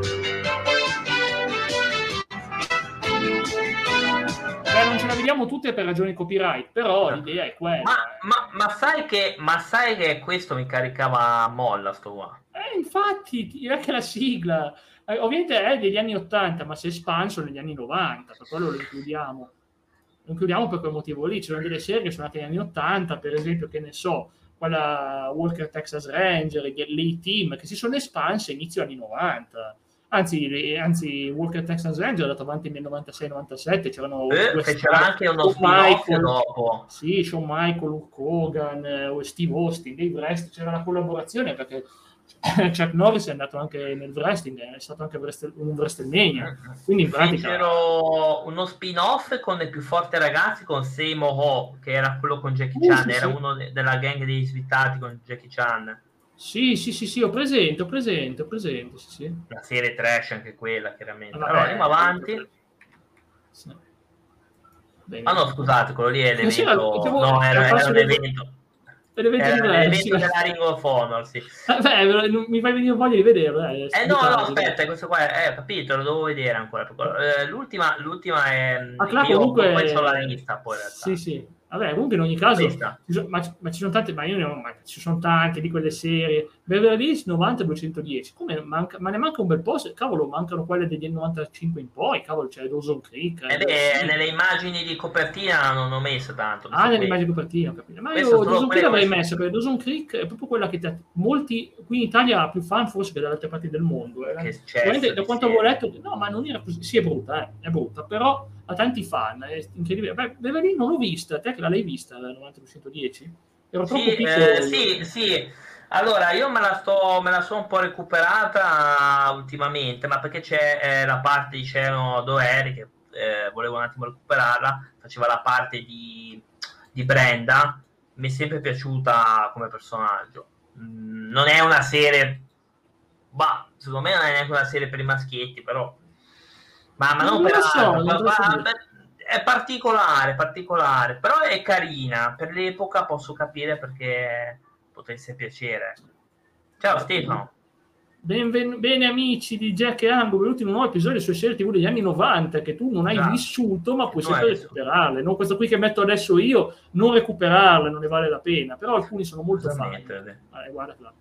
Speaker 2: Beh, non ce la vediamo tutte per ragioni copyright, però no. L'idea è quella.
Speaker 1: Ma, ma, ma, sai che, ma sai che questo mi caricava a molla sto qua?
Speaker 2: Eh, infatti, è che la sigla... Eh, ovviamente è degli anni ottanta, ma si è espanso negli anni novanta, per quello lo includiamo. Lo includiamo per quel motivo lì. Ci sono delle serie che sono nate negli anni ottanta, per esempio, che ne so, quella Walker Texas Ranger, gli Elite Team, che si sono espanse inizio anni novanta. Anzi, anzi Walker Texas Ranger è andato avanti nel novantasei novantasette, c'erano
Speaker 1: eh, c'era anche uno spin-off dopo.
Speaker 2: Sì, Shawn Michael, Hulk Hogan, Steve Austin, Dave West, c'era una collaborazione perché Chuck Norris è andato anche nel wrestling, è stato anche un WrestleMania, quindi in pratica
Speaker 1: c'era uno spin-off con il più forte ragazzi con Seymour Ho, che era quello con Jackie Chan, uh, sì, era sì. Uno de- della gang dei svitati con Jackie Chan.
Speaker 2: Sì, sì, sì, sì, ho presente, ho presente, ho presente, sì, sì.
Speaker 1: La serie trash anche quella, chiaramente.
Speaker 2: Vabbè,
Speaker 1: allora, andiamo avanti.
Speaker 2: Sì.
Speaker 1: Bene, ah no, scusate, quello lì è l'evento.
Speaker 2: Sì, devo,
Speaker 1: no, era, era un evento.
Speaker 2: L'evento,
Speaker 1: era l'evento della Ring of Honor, sì.
Speaker 2: Eh, beh, non mi fai venire voglia di vederlo. Eh,
Speaker 1: eh no, no, aspetta, questo qua è, eh, capito, lo devo vedere ancora. Eh, l'ultima, l'ultima è...
Speaker 2: Ah, clar, io comunque...
Speaker 1: poi c'ho la lista, poi in realtà.
Speaker 2: Sì, sì. Vabbè, comunque in ogni caso, ci sono, ma, ma ci sono tante, ma io ne ho, ma ci sono tante di quelle serie. Beverly Hills novanta duecentodieci, come manca, ma ne manca un bel po', se, cavolo, mancano quelle degli novantacinque in poi, cavolo, c'è Dawson Creek.
Speaker 1: Eh beh, sì. Nelle immagini di copertina non ho messo tanto.
Speaker 2: Ah, nelle immagini di copertina, ho capito. Ma io Dawson Creek l'avrei messo, perché Dawson Creek è proprio quella che ti, molti, qui in Italia ha più fan forse che dalle altre parti del mondo. Eh.
Speaker 1: Che certo,
Speaker 2: da quanto avevo letto, no, ma non era così, sì è brutta, eh, è brutta, però ha tanti fan, è incredibile. Beh, Beverly non l'ho vista, te che l'hai vista la novanta duecentodieci? Ero troppo
Speaker 1: sì,
Speaker 2: piccolo.
Speaker 1: Eh, sì, sì. Allora, io me la sto, me la sono un po' recuperata ultimamente, ma perché c'è eh, la parte di Cielo Doeri che eh, volevo un attimo recuperarla, faceva la parte di, di Brenda, mi è sempre piaciuta come personaggio. Mm, non è una serie, bah, secondo me non è neanche una serie per i maschietti, però ma, ma non, non per
Speaker 2: so,
Speaker 1: altro, non ma, ma, è particolare, particolare, però è carina, per l'epoca posso capire perché potesse piacere. Ciao Stefano.
Speaker 2: Benven- bene amici di Jack e Ambo, benvenuti in un nuovo episodio sulle serie tivù degli anni novanta che tu non hai esatto. vissuto, ma puoi sempre recuperarle. No? Questo qui che metto adesso io, non recuperarle, non ne vale la pena, però alcuni sono molto fan. Eh, guarda là.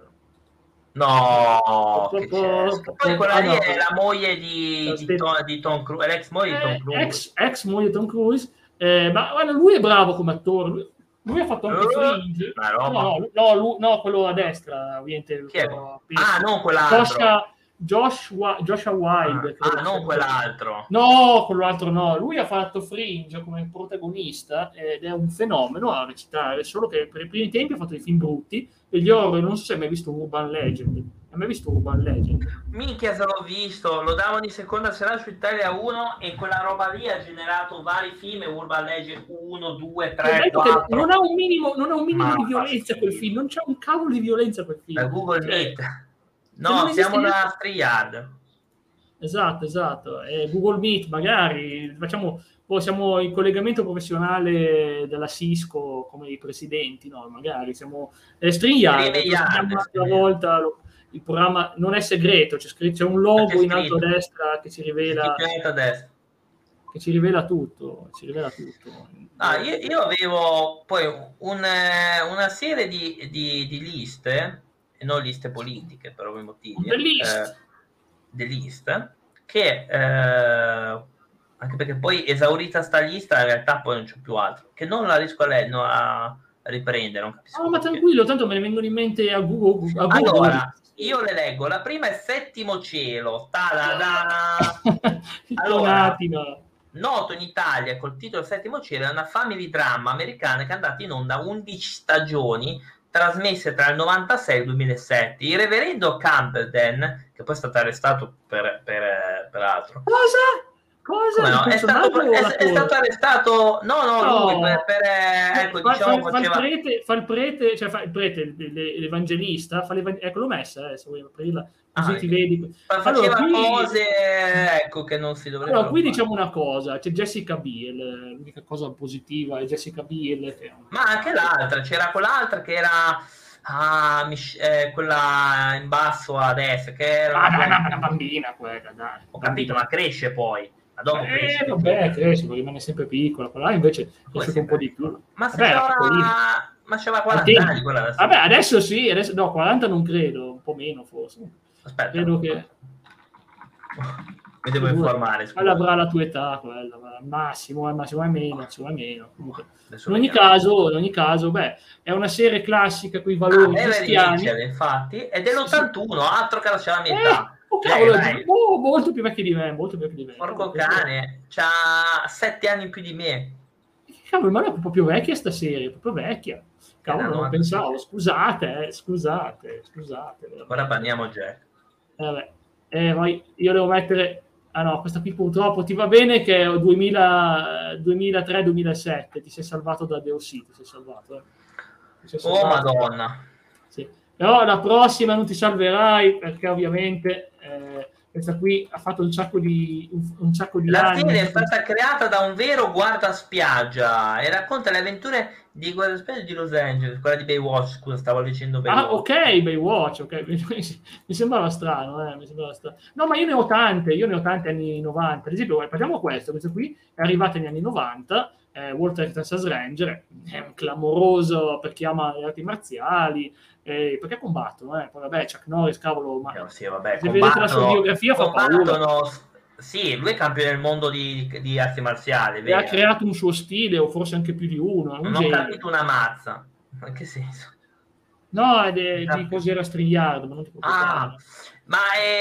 Speaker 1: No, che poi quella lì è la moglie di, di, Tom, di Tom Cruise, l'ex moglie
Speaker 2: eh,
Speaker 1: di Tom Cruise.
Speaker 2: Ex, ex moglie di Tom Cruise, eh, ma guarda, lui è bravo come attore, lui, lui ha fatto anche uh, Fringe. No, no, no, lui, no, quello a destra, ovviamente.
Speaker 1: Chi è? Ah, non quell'altro.
Speaker 2: Joshua, Joshua, Joshua Wilde.
Speaker 1: Ah, ah non quell'altro.
Speaker 2: No, quell'altro no. Lui ha fatto Fringe come protagonista ed è un fenomeno a recitare, solo che per i primi tempi ha fatto dei film brutti e gli horror, non so se hai mai visto Urban Legend. Hai mai visto Urban Legend?
Speaker 1: Minchia se l'ho visto, lo davano in seconda serata su Italia uno e quella roba lì ha generato vari film, Urban Legend uno, due, tre, quattro.
Speaker 2: Non ha un minimo, non ha un minimo di violenza sì. quel film, non c'è un cavolo di violenza quel film.
Speaker 1: Da Google cioè, Meet. No, siamo da StreamYard.
Speaker 2: Esatto, esatto. Eh, Google Meet, magari facciamo, siamo in collegamento professionale della Cisco come i presidenti, no? Magari siamo eh, StreamYard. Una volta lo, il programma non è segreto, c'è, scritto, c'è un logo in alto a destra che ci rivela.
Speaker 1: A destra.
Speaker 2: Che ci rivela tutto, ci rivela tutto.
Speaker 1: Ah, io, io avevo poi un, una serie di, di, di liste, e non liste politiche per ovvi motivi,
Speaker 2: The List,
Speaker 1: eh, The List che eh, anche perché poi esaurita sta lista in realtà poi non c'è più altro, che non la riesco a, le- no, a, riprendere, non capisco
Speaker 2: Oh, ma
Speaker 1: perché.
Speaker 2: tranquillo, tanto me ne vengono in mente a Google. A Google.
Speaker 1: Allora, io le leggo, la prima è Settimo Cielo, allora, noto in Italia col titolo Settimo Cielo, è una family drama americana che è andata in onda undici stagioni, trasmesse tra il novantasei e il duemilasette. Il reverendo Campbell, che poi è stato arrestato per, per, per altro.
Speaker 2: Cosa? Cosa?
Speaker 1: No? È, stato, è, è stato arrestato, no, no,
Speaker 2: no.
Speaker 1: lui per, per ecco,
Speaker 2: fa,
Speaker 1: diciamo,
Speaker 2: fa,
Speaker 1: faceva...
Speaker 2: fa, il prete, fa il prete, cioè fa il prete, l'evangelista, fa ecco, l'ho messa, eh, se vuoi aprirla, così
Speaker 1: ah,
Speaker 2: ti vedi.
Speaker 1: Faceva allora, qui, cose, ecco, che non si dovrebbero
Speaker 2: allora, qui
Speaker 1: fare.
Speaker 2: diciamo una cosa, c'è Jessica Biel, l'unica cosa positiva è Jessica Biel. Che...
Speaker 1: Ma anche l'altra, c'era quell'altra che era... Ah, eh, quella in basso a destra che era
Speaker 2: ah, una, dai, una bambina quella, dai.
Speaker 1: Ho capito, ma cresce poi. Ma dopo
Speaker 2: eh,
Speaker 1: cresce.
Speaker 2: Vabbè, cresce, rimane sempre piccola. Quella invece cresce un po' di più.
Speaker 1: Ma se c'era, ma c'aveva quaranta anni quella adesso.
Speaker 2: Vabbè, adesso sì, adesso, no, quaranta non credo, un po' meno forse.
Speaker 1: Aspetta.
Speaker 2: Credo che...
Speaker 1: Mi devo informare.
Speaker 2: Quella avrà la tua età, quella, massimo, al massimo è meno, è meno. Comunque, in ogni
Speaker 1: vediamo.
Speaker 2: caso, in ogni caso, beh, è una serie classica con i valori
Speaker 1: ah,
Speaker 2: cristiani.
Speaker 1: Mitchell, infatti, è dell'ottantuno, sì. Altro che c'è la mia
Speaker 2: eh,
Speaker 1: età.
Speaker 2: Oh, cavolo, oh, molto più vecchio di me, molto più vecchio di me.
Speaker 1: Porco cane, c'ha sette anni in più di me.
Speaker 2: Cavolo, ma non è proprio vecchia sta serie, proprio vecchia. Cavolo, non pensavo, scusate, eh, scusate, scusate.
Speaker 1: Ora banniamo Jack.
Speaker 2: Eh, vabbè. Eh, poi io devo mettere... Ah no, questa qui purtroppo ti va bene che è duemilatré duemilasette, ti sei salvato da D O C, ti sei salvato. Eh. Ti sei salvato.
Speaker 1: Oh madonna.
Speaker 2: Sì. Però la prossima non ti salverai perché ovviamente eh, questa qui ha fatto un sacco di, un, un sacco di
Speaker 1: la
Speaker 2: anni.
Speaker 1: La serie è stata creata da un vero guardaspiaggia e racconta le avventure di guardaspiaggia di Los Angeles, quella di Baywatch, scusa, stavo dicendo Baywatch.
Speaker 2: Ah, ok, Baywatch, ok. Mi sembrava strano, eh, mi sembrava strano. No, ma io ne ho tante, io ne ho tante anni novanta. Ad esempio, parliamo questo, questo qui è arrivato negli anni novanta, eh, Walter Texas Ranger, è un clamoroso per chi ama le arti marziali, eh, perché combattono, eh? Poi vabbè, Chuck Norris, cavolo, ma
Speaker 1: no, sì, vabbè,
Speaker 2: se vedete la sua biografia fa paura.
Speaker 1: Sì, lui è campione del mondo di, di arti marziali.
Speaker 2: E ha creato un suo stile, o forse anche più di uno.
Speaker 1: Non
Speaker 2: genio.
Speaker 1: ho capito una mazza. In che senso?
Speaker 2: No, è de, di cos'era Strigliardo, ma non ti
Speaker 1: ah, ma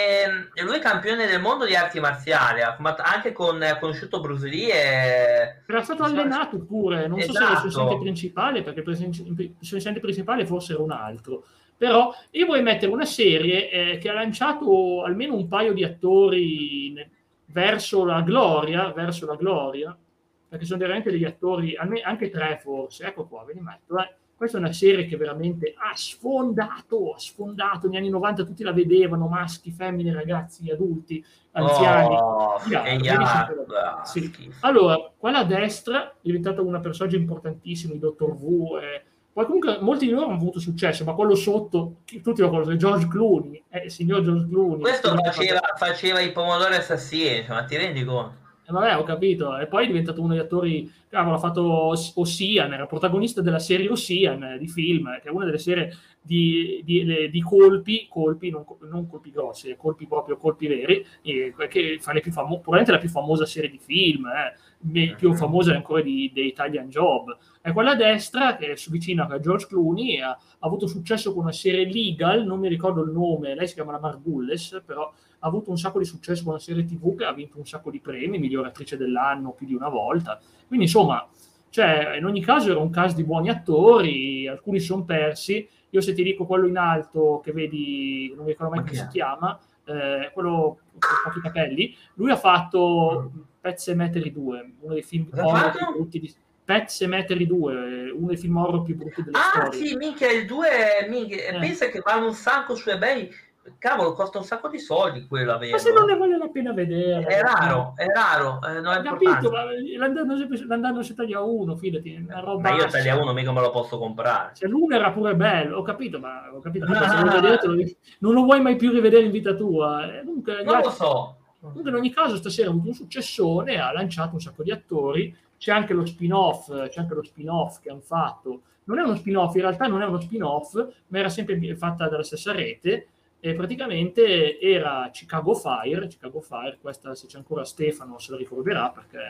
Speaker 1: è, lui è campione del mondo di arti marziali, anche con ha conosciuto Bruce Lee e...
Speaker 2: era stato allenato pure, non esatto. so se era il suo insegnante principale, perché il suo insegnante principale forse era un altro. Però io vorrei mettere una serie eh, che ha lanciato almeno un paio di attori ne, verso la gloria, verso la gloria, perché sono veramente degli attori, anche tre forse, ecco qua, ve li metto, eh. Questa è una serie che veramente ha sfondato, ha sfondato, negli anni novanta tutti la vedevano, maschi, femmine, ragazzi, adulti, anziani.
Speaker 1: Oh, yeah,
Speaker 2: sì. Allora, quella a destra è diventata una personaggio importantissimo, il dottor Wu, eh. Poi comunque molti di loro hanno avuto successo, ma quello sotto, tutti lo conoscono, George Clooney, eh, il signor George Clooney.
Speaker 1: Questo faceva, faceva i pomodori assassini, ma ti rendi conto?
Speaker 2: Eh, vabbè, ho capito. E poi è diventato uno degli attori, cavolo, ha fatto Ocean, era protagonista della serie Ocean di film, che è una delle serie di, di, di colpi, colpi non, non colpi grossi, colpi proprio colpi veri, eh, che fa le più famo- probabilmente la più famosa serie di film, eh, più famosa ancora di, di Italian Job. È quella a destra, che è vicina a George Clooney, ha, ha avuto successo con una serie Legal, non mi ricordo il nome, lei si chiama la Margulies, però ha avuto un sacco di successo con una serie tivù che ha vinto un sacco di premi, miglior attrice dell'anno più di una volta. Quindi insomma, cioè, in ogni caso era un caso di buoni attori, alcuni sono persi. Io se ti dico quello in alto che vedi, non mi ricordo mai come si chiama, eh, quello con pochi capelli, lui ha fatto Pet Sematary due, uno dei film horror più brutti di... Pet Sematary due, uno dei film horror più brutti della
Speaker 1: ah,
Speaker 2: storia.
Speaker 1: Ah sì, minchia, il due, minchia, eh. pensa che vanno un sacco su eBay. Cavolo, costa un sacco di soldi quello averlo.
Speaker 2: Ma se non ne vale la pena vedere.
Speaker 1: È raro, è raro, eh, non è
Speaker 2: capito, ma l'andando si taglia uno, fidati, una roba.
Speaker 1: Ma io taglia uno, mica me lo posso comprare.
Speaker 2: Cioè, l'uno era pure bello, ho capito, ma ho capito, ah. se lo vedete, non lo vuoi mai più rivedere in vita tua. Eh, comunque,
Speaker 1: non altri, lo so.
Speaker 2: Comunque in ogni caso stasera ha avuto un successone, ha lanciato un sacco di attori, c'è anche lo spin-off, c'è anche lo spin-off che hanno fatto. Non è uno spin-off, in realtà non è uno spin-off, ma era sempre fatta dalla stessa rete. E praticamente era Chicago Fire, Chicago Fire, questa se c'è ancora Stefano se la ricorderà perché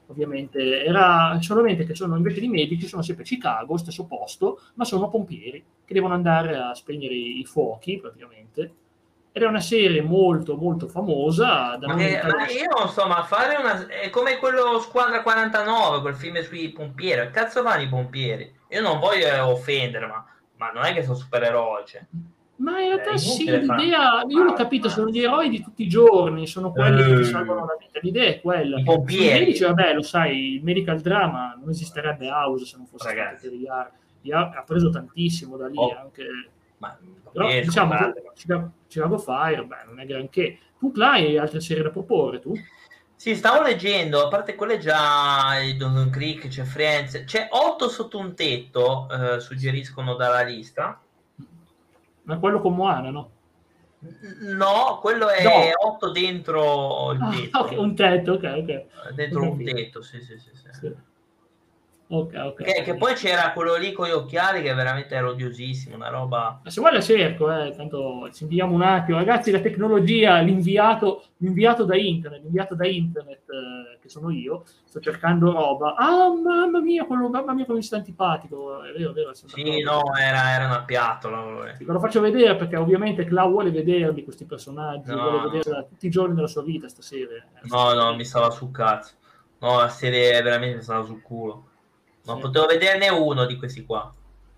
Speaker 2: ovviamente era solamente che sono invece di medici sono sempre a Chicago, stesso posto, ma sono pompieri che devono andare a spegnere i, i fuochi praticamente. Ed è una serie molto molto famosa da
Speaker 1: Ma,
Speaker 2: noi in
Speaker 1: che,
Speaker 2: Italia.
Speaker 1: ma io non so, ma fare una... è come quello Squadra quarantanove, quel film sui pompieri. Che cazzo fanno i pompieri? Io non voglio offendere, ma, ma non è che sono supereroi, cioè.
Speaker 2: Ma in
Speaker 1: È
Speaker 2: realtà sì,
Speaker 1: inutile fare...
Speaker 2: l'idea, io l'ho
Speaker 1: Ma,
Speaker 2: capito,
Speaker 1: ma...
Speaker 2: sono gli eroi di tutti i giorni, sono quelli che ti salvano
Speaker 1: Eh,
Speaker 2: la vita, l'idea è quella.
Speaker 1: i
Speaker 2: Sui medici,
Speaker 1: pompieri,
Speaker 2: vabbè, lo sai, il medical drama non esisterebbe House se non fosse stato
Speaker 1: ragazzi.
Speaker 2: per Yar. Yar ha preso tantissimo da lì,
Speaker 1: Oh,
Speaker 2: anche...
Speaker 1: ma i
Speaker 2: Però,
Speaker 1: pompieri,
Speaker 2: diciamo,
Speaker 1: scusate, ma...
Speaker 2: Chicago, Chicago Fire, beh, non è granché. Tu, Clay, hai altre serie da proporre, tu?
Speaker 1: Sì, stavo leggendo, a parte quelle già, i Dawson Creek, c'è Friends, c'è otto sotto un tetto, eh, suggeriscono dalla lista.
Speaker 2: Ma quello con Moana, no?
Speaker 1: N- No, quello è
Speaker 2: No!
Speaker 1: otto dentro il
Speaker 2: Ah, ok,
Speaker 1: tetto,
Speaker 2: un tetto, ok, ok. Ho
Speaker 1: dentro un
Speaker 2: capito.
Speaker 1: tetto, sì, sì, sì, sì.
Speaker 2: Sì. Ok, ok,
Speaker 1: Che,
Speaker 2: ok.
Speaker 1: che poi c'era quello lì con gli occhiali che veramente era odiosissimo, una roba...
Speaker 2: Ma se vuoi la cerco, eh, tanto ci inviamo un attimo. Ragazzi, la tecnologia, l'inviato, l'inviato da internet, l'inviato da internet, eh, che sono io, sto cercando roba. Ah, mamma mia, quello, mamma mia, come mi sta antipatico. È vero, è vero, sono
Speaker 1: Sì,
Speaker 2: d'accordo.
Speaker 1: no, era, era una piattola. vabbè.
Speaker 2: Ve lo faccio vedere perché ovviamente Clau vuole vederli, questi personaggi, vuole
Speaker 1: No,
Speaker 2: vederla
Speaker 1: no,
Speaker 2: tutti i giorni della sua vita, stasera. È
Speaker 1: no,
Speaker 2: super
Speaker 1: no, mi
Speaker 2: carino.
Speaker 1: stava sul cazzo. No, la serie veramente mi stava sul culo. Non
Speaker 2: Sì.
Speaker 1: potevo vederne uno di questi qua.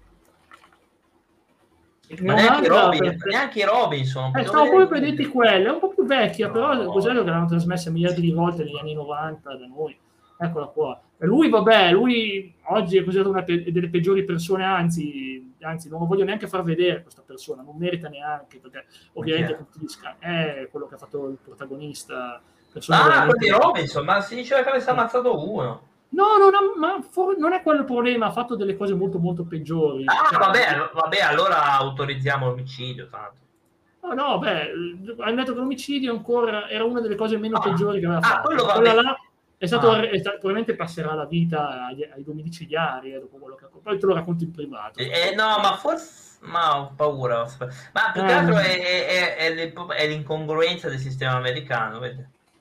Speaker 2: Ne
Speaker 1: Ma
Speaker 2: ho
Speaker 1: neanche i
Speaker 2: un'altra
Speaker 1: Robin,
Speaker 2: per te.
Speaker 1: neanche i Robinson, non
Speaker 2: Eh,
Speaker 1: potevo
Speaker 2: stavo
Speaker 1: vedere
Speaker 2: proprio per dirti
Speaker 1: niente.
Speaker 2: quella, è un po' più vecchia, però
Speaker 1: No,
Speaker 2: cos'è che
Speaker 1: no.
Speaker 2: l'hanno trasmessa miliardi di volte negli anni novanta da noi. Eccola qua. E lui, vabbè, lui oggi è considerato una pe- delle peggiori persone, anzi, anzi, non lo voglio neanche far vedere questa persona, non merita neanche, perché
Speaker 1: Ma chi
Speaker 2: ovviamente
Speaker 1: è?
Speaker 2: con tutti gli sca- è quello che ha fatto il protagonista, persona
Speaker 1: Ah, quello
Speaker 2: veramente...
Speaker 1: di Robinson, ma si diceva che avesse ammazzato uno.
Speaker 2: No, non, ha- ma for- non è quello il problema, ha fatto delle cose molto molto peggiori.
Speaker 1: Ah,
Speaker 2: Cioè,
Speaker 1: vabbè, vabbè, allora autorizziamo l'omicidio, tanto.
Speaker 2: no, no, beh, ha detto che l'omicidio ancora era una delle cose meno
Speaker 1: Ah,
Speaker 2: peggiori che aveva
Speaker 1: ah,
Speaker 2: fatto.
Speaker 1: quello
Speaker 2: Ma
Speaker 1: va
Speaker 2: quella
Speaker 1: bene.
Speaker 2: là è stato,
Speaker 1: Ah.
Speaker 2: è stato- probabilmente passerà la vita agli, ai domiciliari, eh, dopo quello che ha fatto. Poi te lo racconto in privato.
Speaker 1: Eh, eh, no, ma forse... Ma ho paura. Ma più che
Speaker 2: Eh,
Speaker 1: altro è, è- è- è è l'incongruenza del sistema americano, vedi?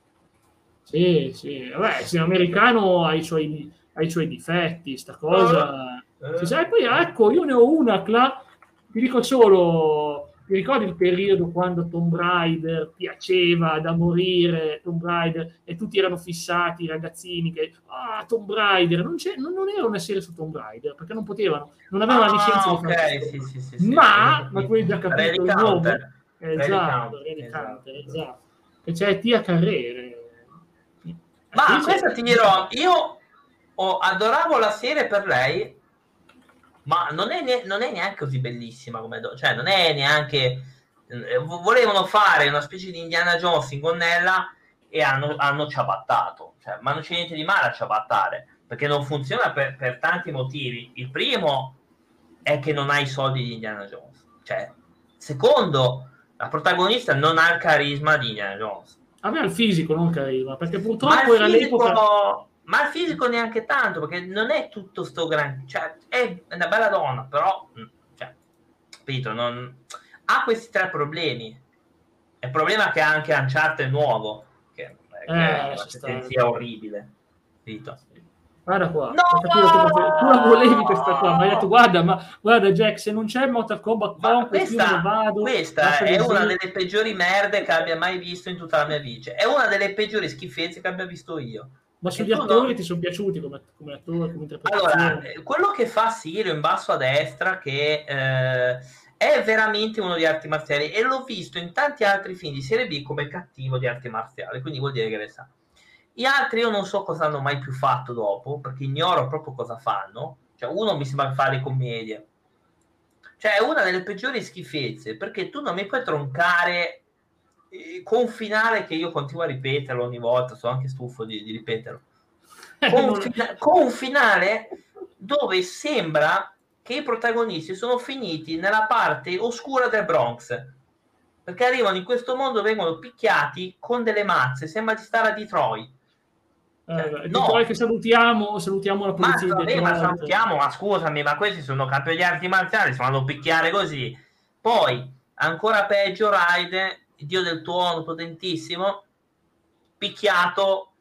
Speaker 2: sì, sì, vabbè, il cinema americano ha i suoi, ha i suoi difetti, sta
Speaker 1: Eh,
Speaker 2: cosa. Si sa, e poi
Speaker 1: eh,
Speaker 2: ecco, io ne ho una, Cla, ti dico solo, ti ricordi il periodo quando Tomb Raider piaceva da morire, Tomb Raider, e tutti erano fissati, i ragazzini, che, ah, Tomb Raider, non, c'è, non, non era una serie su Tomb Raider, perché non potevano, non avevano la licenza
Speaker 1: Ah,
Speaker 2: di fare
Speaker 1: ok,
Speaker 2: questo.
Speaker 1: sì, sì, sì, sì, avevo
Speaker 2: Ma, ma tu
Speaker 1: capito.
Speaker 2: hai già capito
Speaker 1: Rally
Speaker 2: il nome?
Speaker 1: Counter. Rally
Speaker 2: Esatto,
Speaker 1: Counter,
Speaker 2: Rene
Speaker 1: esatto,
Speaker 2: Canter,
Speaker 1: esatto.
Speaker 2: esatto. Che c'è Tia Carrere.
Speaker 1: Ma
Speaker 2: Attrice.
Speaker 1: questa ti dirò, io ho- adoravo la serie per lei, ma non è, ne- non è neanche così bellissima come... do- cioè, non è neanche... eh, vo- volevano fare una specie di Indiana Jones in gonnella e hanno, hanno ciabattato. Cioè, ma non c'è niente di male a ciabattare, perché non funziona per, per tanti motivi. Il primo è che non ha i soldi di Indiana Jones. Cioè, secondo, la protagonista non ha il carisma di Indiana Jones.
Speaker 2: Aveva il fisico, non carisma, perché
Speaker 1: Ma il
Speaker 2: purtroppo era l'epoca...
Speaker 1: fisico, ma il fisico neanche tanto, perché non è tutto sto gran... Cioè, è una bella donna, però... Cioè, capito, non... ha questi tre problemi. Il problema è che ha anche Uncharted nuovo, che, che
Speaker 2: Eh,
Speaker 1: è una
Speaker 2: lascia stare.
Speaker 1: sentenza orribile. Capito?
Speaker 2: Guarda qua,
Speaker 1: No!
Speaker 2: questa qui tu, la- tu la volevi questa qua, ma hai detto guarda, ma guarda Jack, se non c'è Mortal Kombat
Speaker 1: Ma
Speaker 2: Conquest io me ne
Speaker 1: questa,
Speaker 2: vado,
Speaker 1: questa
Speaker 2: basta
Speaker 1: è
Speaker 2: così.
Speaker 1: una delle peggiori merde che abbia mai visto in tutta la mia vita. È una delle peggiori schifezze che abbia visto io.
Speaker 2: Ma
Speaker 1: Perché
Speaker 2: sugli
Speaker 1: tu
Speaker 2: attori
Speaker 1: non...
Speaker 2: ti sono piaciuti come, come attore, come
Speaker 1: Allora,
Speaker 2: interpretazione?
Speaker 1: eh, quello che fa Sirio in basso a destra, che eh, è veramente uno di arti marziali, e l'ho visto in tanti altri film di serie B come cattivo di arti marziali, quindi vuol dire che le sa. Gli altri io non so cosa hanno mai più fatto dopo, perché ignoro proprio cosa fanno. Cioè, uno mi sembra fare le commedie. Cioè, è una delle peggiori schifezze, perché tu non mi puoi troncare eh, con un finale che io continuo a ripeterlo ogni volta, sono anche stufo di, di ripeterlo. Con un,
Speaker 2: Non-
Speaker 1: fina- con un finale dove sembra che i protagonisti sono finiti nella parte oscura del Bronx, perché arrivano in questo mondo, vengono picchiati con delle mazze, sembra di stare a Detroit. Cioè,
Speaker 2: eh, Detroit
Speaker 1: no,
Speaker 2: che salutiamo, salutiamo la
Speaker 1: ma
Speaker 2: polizia di
Speaker 1: vabbè, ma
Speaker 2: Detroit.
Speaker 1: salutiamo, ma scusami, ma questi sono campioni di arti marziali, si fanno picchiare così. Poi, ancora peggio, Raiden, dio del tuono potentissimo, picchiato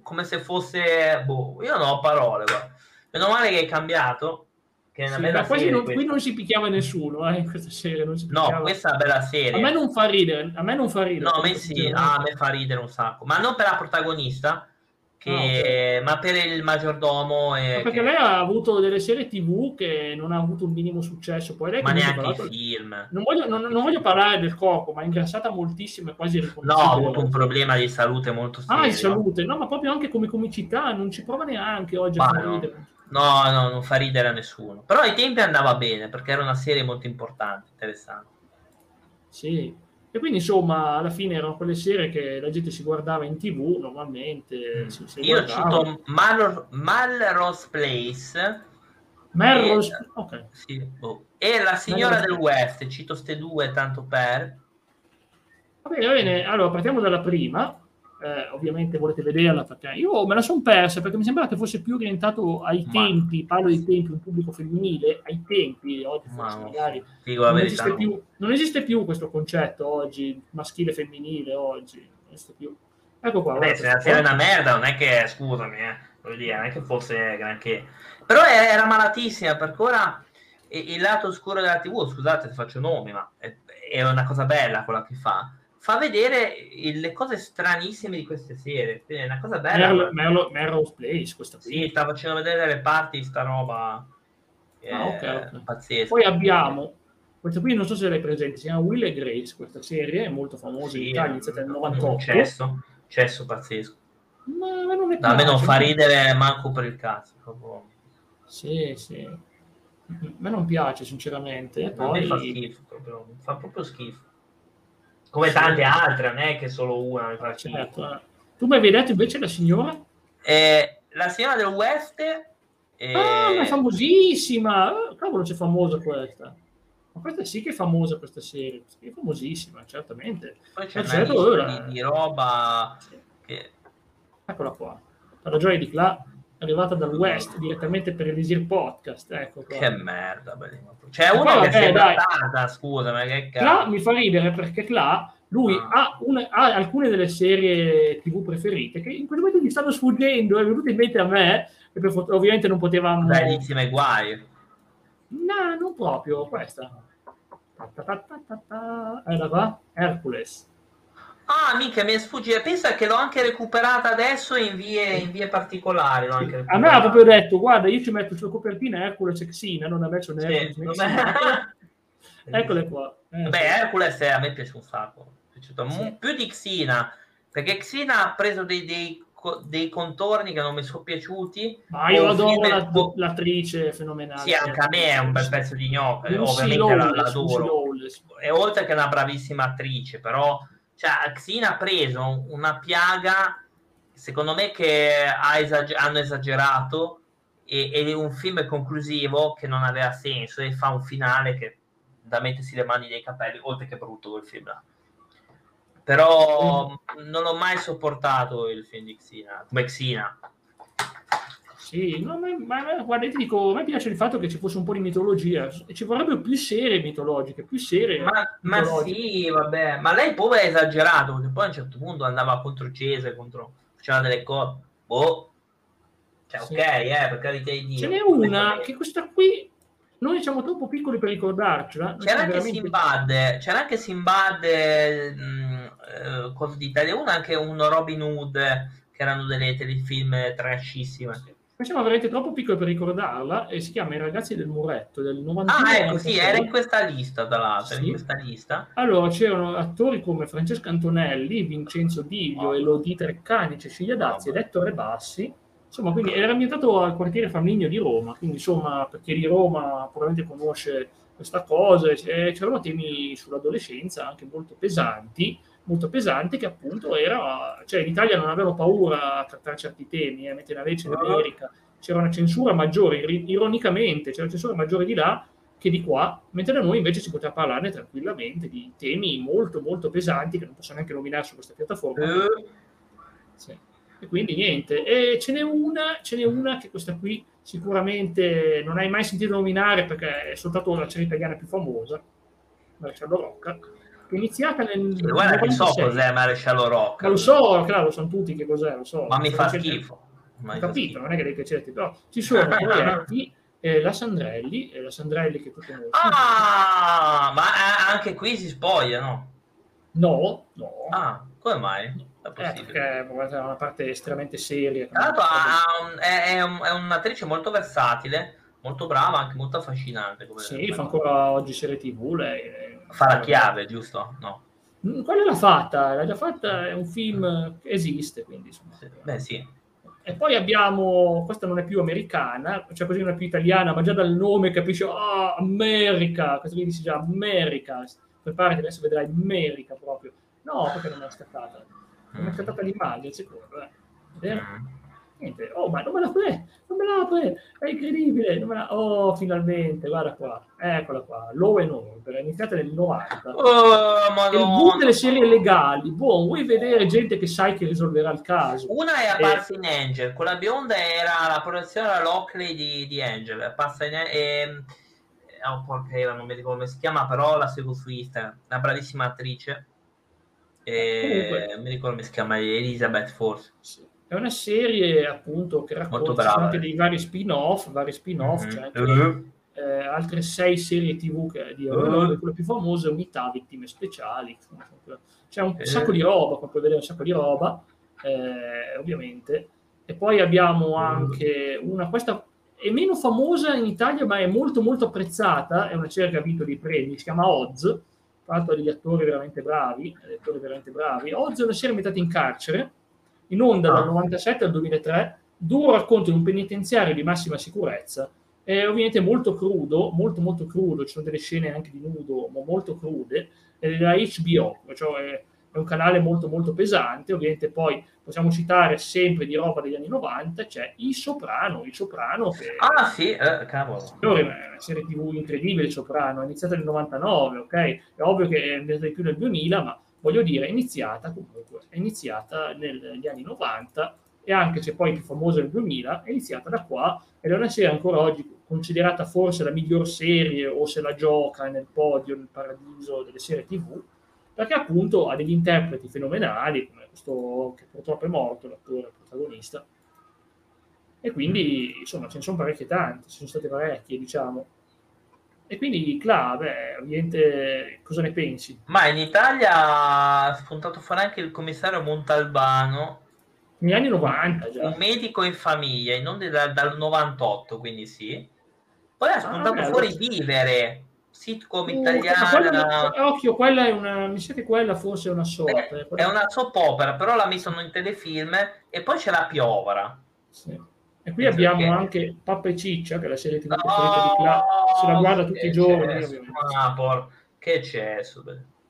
Speaker 1: come se fosse, boh, io non ho parole, guarda. Meno male che è cambiato, che è una
Speaker 2: Sì,
Speaker 1: bella
Speaker 2: ma quasi
Speaker 1: serie
Speaker 2: non,
Speaker 1: questa.
Speaker 2: qui non si picchiava nessuno, eh, in questa serie non si
Speaker 1: No,
Speaker 2: picchiava.
Speaker 1: questa è una bella serie.
Speaker 2: A me non fa ridere, a me non fa ridere.
Speaker 1: No, a me
Speaker 2: comunque,
Speaker 1: sì, ah, a me fa ridere un sacco, ma non per la protagonista, che...
Speaker 2: Ah, okay.
Speaker 1: ma per il maggiordomo.
Speaker 2: Ma
Speaker 1: E
Speaker 2: perché
Speaker 1: che...
Speaker 2: lei ha avuto delle serie tivù che non ha avuto un minimo successo. Poi lei
Speaker 1: Ma
Speaker 2: comunque, tra
Speaker 1: neanche i
Speaker 2: l'altro,
Speaker 1: film.
Speaker 2: non voglio, non, non voglio parlare del corpo, ma è ingrassata moltissimo, è quasi
Speaker 1: No, ha
Speaker 2: riconoscibile
Speaker 1: avuto un
Speaker 2: oggi.
Speaker 1: problema di salute molto
Speaker 2: Ah, di
Speaker 1: serio.
Speaker 2: salute, no, ma proprio anche come comicità, non ci prova neanche oggi a
Speaker 1: Ma
Speaker 2: far
Speaker 1: no.
Speaker 2: ridere.
Speaker 1: No, no, non fa ridere a nessuno. Però ai tempi andava bene, perché era una serie molto importante, interessante.
Speaker 2: Sì, e quindi insomma alla fine erano quelle serie che la gente si guardava in tivù normalmente,
Speaker 1: Mm.
Speaker 2: si, si
Speaker 1: Io
Speaker 2: guardava.
Speaker 1: cito Mal- Melrose Place e,
Speaker 2: Melrose, ok.
Speaker 1: sì, boh. E La Signora
Speaker 2: Melrose
Speaker 1: del
Speaker 2: Place.
Speaker 1: West, cito ste due tanto per.
Speaker 2: Va bene, va bene, allora partiamo dalla prima. Eh, ovviamente volete vederla perché io me la sono persa perché mi sembrava che fosse più orientato ai
Speaker 1: Ma,
Speaker 2: tempi, parlo di tempi, un pubblico femminile, ai tempi, oggi
Speaker 1: ma
Speaker 2: forse
Speaker 1: non so,
Speaker 2: magari
Speaker 1: ti dico la
Speaker 2: non
Speaker 1: verità,
Speaker 2: esiste
Speaker 1: no.
Speaker 2: più, non esiste più questo concetto oggi, maschile e femminile oggi, non esiste più. Ecco qua,
Speaker 1: Vabbè,
Speaker 2: guarda
Speaker 1: se
Speaker 2: questo
Speaker 1: la serie è
Speaker 2: qua.
Speaker 1: una merda, non è che, scusami, eh, voglio dire, non è che fosse granché. Però era malatissima, perché ora il lato oscuro della tivù, scusate se faccio nomi, ma è, è una cosa bella quella che fa. Fa vedere le cose stranissime di queste serie. Quindi è una cosa bella.
Speaker 2: Merle,
Speaker 1: Ma...
Speaker 2: Merle, Melrose Place, questa
Speaker 1: Sì,
Speaker 2: qui.
Speaker 1: sta facendo vedere delle parti, sta roba
Speaker 2: Ah, ok,
Speaker 1: è
Speaker 2: ok. Poi
Speaker 1: pazzesca.
Speaker 2: abbiamo, questa qui non so se l'hai presente, si chiama Will e Grace, questa serie è molto famosa in
Speaker 1: Sì, è
Speaker 2: Italia, è
Speaker 1: un,
Speaker 2: iniziata nel
Speaker 1: un
Speaker 2: novantotto,
Speaker 1: cesso, cesso pazzesco.
Speaker 2: ma a me non ne
Speaker 1: No, a me non
Speaker 2: piace.
Speaker 1: fa
Speaker 2: non-
Speaker 1: ridere manco per il cazzo. Proprio...
Speaker 2: Sì, sì. A me non piace sinceramente. E
Speaker 1: A me fa
Speaker 2: poi,
Speaker 1: schifo, proprio, fa proprio schifo. Come
Speaker 2: sì,
Speaker 1: tante altre, non è che solo una mi fa schifo.
Speaker 2: certo. eh. Tu mi avevi detto invece la signora?
Speaker 1: Eh, La Signora del West,
Speaker 2: Ah, ma è
Speaker 1: eh,
Speaker 2: famosissima! Ah, cavolo, c'è famosa questa. Ma questa sì che è famosa questa serie, questa è famosissima, certamente.
Speaker 1: poi c'è
Speaker 2: Ma
Speaker 1: una
Speaker 2: certo,
Speaker 1: lista di,
Speaker 2: ora...
Speaker 1: di roba
Speaker 2: Sì.
Speaker 1: che...
Speaker 2: Eccola qua. Per la gioia di Cla, arrivata dal West
Speaker 1: uh,
Speaker 2: direttamente per Elisir Podcast. Ecco
Speaker 1: che
Speaker 2: qua.
Speaker 1: merda. Bellissimo. C'è
Speaker 2: E poi
Speaker 1: uno che
Speaker 2: vabbè,
Speaker 1: sembra
Speaker 2: dai,
Speaker 1: Tarzan, scusa, ma che
Speaker 2: Cla
Speaker 1: cazzo.
Speaker 2: mi fa ridere perché Cla, lui
Speaker 1: Ah,
Speaker 2: ha, una, ha alcune delle serie tivù preferite che in quel momento gli stanno sfuggendo, è venuto in mente a me, e per fort- ovviamente non potevamo...
Speaker 1: bellissime guai.
Speaker 2: No, non proprio, questa. Ta ta ta ta ta ta. Era qua? Hercules.
Speaker 1: Ah, mica mi è sfuggita. Pensa che l'ho anche recuperata adesso in vie,
Speaker 2: Sì.
Speaker 1: in vie particolari. L'ho
Speaker 2: Sì.
Speaker 1: anche
Speaker 2: A me ha proprio
Speaker 1: recuperata.
Speaker 2: detto, guarda, io ci metto sulla copertina Hercules e Xina, non adesso né
Speaker 1: Sì,
Speaker 2: Hercules né
Speaker 1: vabbè.
Speaker 2: Xina. Eccole qua. Eh,
Speaker 1: Beh,
Speaker 2: sì.
Speaker 1: Hercules eh, a me piace un sacco. Mi è piaciuto
Speaker 2: Sì.
Speaker 1: più di Xina, perché Xina ha preso dei, dei, dei contorni che non mi sono piaciuti.
Speaker 2: Ma io
Speaker 1: O film,
Speaker 2: adoro la-
Speaker 1: o,
Speaker 2: l'attrice
Speaker 1: sì,
Speaker 2: fenomenale che
Speaker 1: anche a me è un bel
Speaker 2: Lucy,
Speaker 1: pezzo di gnocca, eh,
Speaker 2: Lucy
Speaker 1: ovviamente la-
Speaker 2: Lawless, Lucy
Speaker 1: l'adoro.
Speaker 2: Lawless.
Speaker 1: E oltre che è una bravissima attrice, però cioè, Xina ha preso una piaga, secondo me, che ha esag- hanno esagerato, e, ed è un film conclusivo che non aveva senso, e fa un finale che da mettersi le mani nei capelli, oltre che brutto quel film là. Però non ho mai sopportato il film di Xina, come Xina.
Speaker 2: Sì, no, ma, ma guarda, io ti dico, a me piace il fatto che ci fosse un po' di mitologia, e ci vorrebbero più serie mitologiche, più serie
Speaker 1: Ma, ma
Speaker 2: mitologiche.
Speaker 1: sì, vabbè, ma lei poi è esagerato, perché poi a un certo punto andava contro Cesare, contro, faceva delle cose, boh, cioè ok,
Speaker 2: Sì.
Speaker 1: eh, per carità di
Speaker 2: Ce
Speaker 1: Dio,
Speaker 2: n'è
Speaker 1: non è per
Speaker 2: una
Speaker 1: me.
Speaker 2: che questa qui, noi siamo troppo piccoli per ricordarcela, noi
Speaker 1: C'era
Speaker 2: siamo
Speaker 1: anche
Speaker 2: veramente...
Speaker 1: Sinbad, c'era anche Sinbad, eh, mh, eh, cosa d'Italia, uno anche un Robin Hood, che erano delle telefilm trashissime.
Speaker 2: Noi siamo veramente troppo piccoli per ricordarla e si chiama I ragazzi del muretto del
Speaker 1: Ah, ecco, sì, era in
Speaker 2: novantuno-novantasei.
Speaker 1: questa lista, tra l'altro, era in
Speaker 2: Sì.
Speaker 1: questa lista.
Speaker 2: Allora c'erano attori come Francesca Antonelli, Vincenzo Divio,
Speaker 1: Oh,
Speaker 2: Elodie Treccani, Cecilia Dazzi ed
Speaker 1: vabbè.
Speaker 2: Ettore Bassi. Insomma, quindi era ambientato al quartiere Flaminio di Roma, quindi insomma, per chi è di Roma probabilmente conosce questa cosa, e c'erano temi sull'adolescenza anche molto pesanti, molto pesanti che appunto era, cioè in Italia non avevano paura a trattare certi temi, eh, mentre invece in America c'era una censura maggiore, ironicamente c'era una censura maggiore di là che di qua, mentre da noi invece si poteva parlarne tranquillamente di temi molto molto pesanti che non posso neanche nominare su questa piattaforma.
Speaker 1: Eh,
Speaker 2: Sì. E quindi niente, e ce n'è una, ce n'è una che questa qui sicuramente non hai mai sentito nominare perché è soltanto la serie italiana più famosa, Marcello Rocca. che è iniziata nel
Speaker 1: Sì, guarda che so
Speaker 2: novantasei.
Speaker 1: cos'è Maresciallo Rock.
Speaker 2: Ma lo so, claro, lo sanno tutti che cos'è, lo so.
Speaker 1: Ma mi fa
Speaker 2: Perché-
Speaker 1: schifo. Ma
Speaker 2: Ho
Speaker 1: mi fa
Speaker 2: capito,
Speaker 1: schifo.
Speaker 2: non è che dei piacetti, però ci sono proietti, eh, la Sandrelli, eh, la Sandrelli che tu conosci.
Speaker 1: Ah, ma eh, anche qui si spoglia, no?
Speaker 2: No, no.
Speaker 1: Ah, come mai? È
Speaker 2: Eh,
Speaker 1: possibile.
Speaker 2: perché guarda, è una parte estremamente seria.
Speaker 1: Tra l'altro ha un- è, è un- è un'attrice molto versatile, molto brava, anche molto affascinante. Come,
Speaker 2: Sì,
Speaker 1: come
Speaker 2: fa
Speaker 1: cosa.
Speaker 2: ancora oggi serie tivù lei. eh,
Speaker 1: Fa la chiave, giusto? No.
Speaker 2: Mm, Quella l'ha fatta, l'ha già fatta, è un film che esiste, quindi insomma.
Speaker 1: Sì. Beh, sì.
Speaker 2: E poi abbiamo, questa non è più americana, cioè così non è più italiana, ma già dal nome capisci, ah, America, questo qui dice già America, preparati, adesso vedrai America proprio. No, perché non è scattata? Non è
Speaker 1: Mm.
Speaker 2: scattata l'immagine, secondo, eh. Vero?
Speaker 1: Mm.
Speaker 2: Niente, oh, ma non me la apre, non me la apre, è incredibile, non me la... Oh, finalmente, guarda qua, eccola qua, Law and Order, è iniziata nel novanta.
Speaker 1: Oh,
Speaker 2: E il boom delle
Speaker 1: Madonna.
Speaker 2: serie legali, boh, vuoi vedere gente che sai che risolverà il caso?
Speaker 1: Una è
Speaker 2: E-
Speaker 1: apparsa in Angel, quella bionda era la produzione della Lockley di, di Angel, è apparsa in e, oh, porca, non mi ricordo come si chiama, però la seguo su Instagram, una bravissima attrice,
Speaker 2: Comunque,
Speaker 1: e, non mi ricordo come si chiama, Elizabeth forse,
Speaker 2: sì, è una serie appunto che
Speaker 1: molto
Speaker 2: racconta, ci sono
Speaker 1: brava.
Speaker 2: anche dei vari spin-off, vari spin-off,
Speaker 1: Mhm.
Speaker 2: c'è anche
Speaker 1: Uh,
Speaker 2: eh, altre sei serie tivù che, di
Speaker 1: Uh.
Speaker 2: Orlando, quella più famosa è Unità Vittime Speciali, insomma, c'è un
Speaker 1: Eh.
Speaker 2: sacco di roba, come puoi vedere un sacco di roba, eh, ovviamente. E poi abbiamo anche una, questa è meno famosa in Italia, ma è molto molto apprezzata, è una serie che ha vinto dei premi, si chiama Oz, tra l'altro ha degli attori veramente bravi, degli attori veramente bravi. Oz è una serie ambientata in carcere, in onda dal
Speaker 1: Ah.
Speaker 2: novantasette al duemilatré, duro racconto di un penitenziario di massima sicurezza, è ovviamente molto crudo, molto molto crudo, ci sono delle scene anche di nudo, ma molto crude, è della H B O, cioè è, è un canale molto molto pesante, ovviamente poi possiamo citare sempre di roba degli anni novanta, c'è Il Soprano, Il Soprano che...
Speaker 1: Ah sì, eh, cavolo.
Speaker 2: Signore, è una serie tivù incredibile, Il Soprano, è iniziata nel novantanove, ok? È ovvio che è iniziata di più nel duemila, ma voglio dire, è iniziata comunque, è iniziata negli anni novanta, e anche se poi più famosa nel duemila, è iniziata da qua, ed è una serie ancora oggi considerata forse la miglior serie, o se la gioca nel podio, nel paradiso delle serie tivù, perché appunto ha degli interpreti fenomenali, come questo che purtroppo è morto, l'attore protagonista, e quindi insomma ce ne sono parecchie tante, ci sono state parecchie, diciamo. E quindi, Cla, beh, ovviamente, cosa ne pensi?
Speaker 1: Ma in Italia ha spuntato fuori anche il commissario Montalbano,
Speaker 2: Negli anni novanta già.
Speaker 1: un medico in famiglia, in onda da, dal novantotto, quindi sì. Poi ha spuntato
Speaker 2: Ah, beh,
Speaker 1: fuori
Speaker 2: allora...
Speaker 1: Vivere, sitcom
Speaker 2: Uh, ma quella,
Speaker 1: italiana.
Speaker 2: eh, occhio, quella è una, mi sa che quella forse è una soap.
Speaker 1: Beh,
Speaker 2: eh,
Speaker 1: è
Speaker 2: quella...
Speaker 1: una soap opera, però la mettono in telefilm, e poi c'è la Piovra.
Speaker 2: Sì. E qui
Speaker 1: Penso
Speaker 2: abbiamo
Speaker 1: che...
Speaker 2: anche Pappa e Ciccia, che è la serie tivù
Speaker 1: No,
Speaker 2: preferita di Cla, se la guarda tutti i
Speaker 1: che
Speaker 2: giorni,
Speaker 1: cesso,
Speaker 2: ovviamente.
Speaker 1: ma por... che cesso.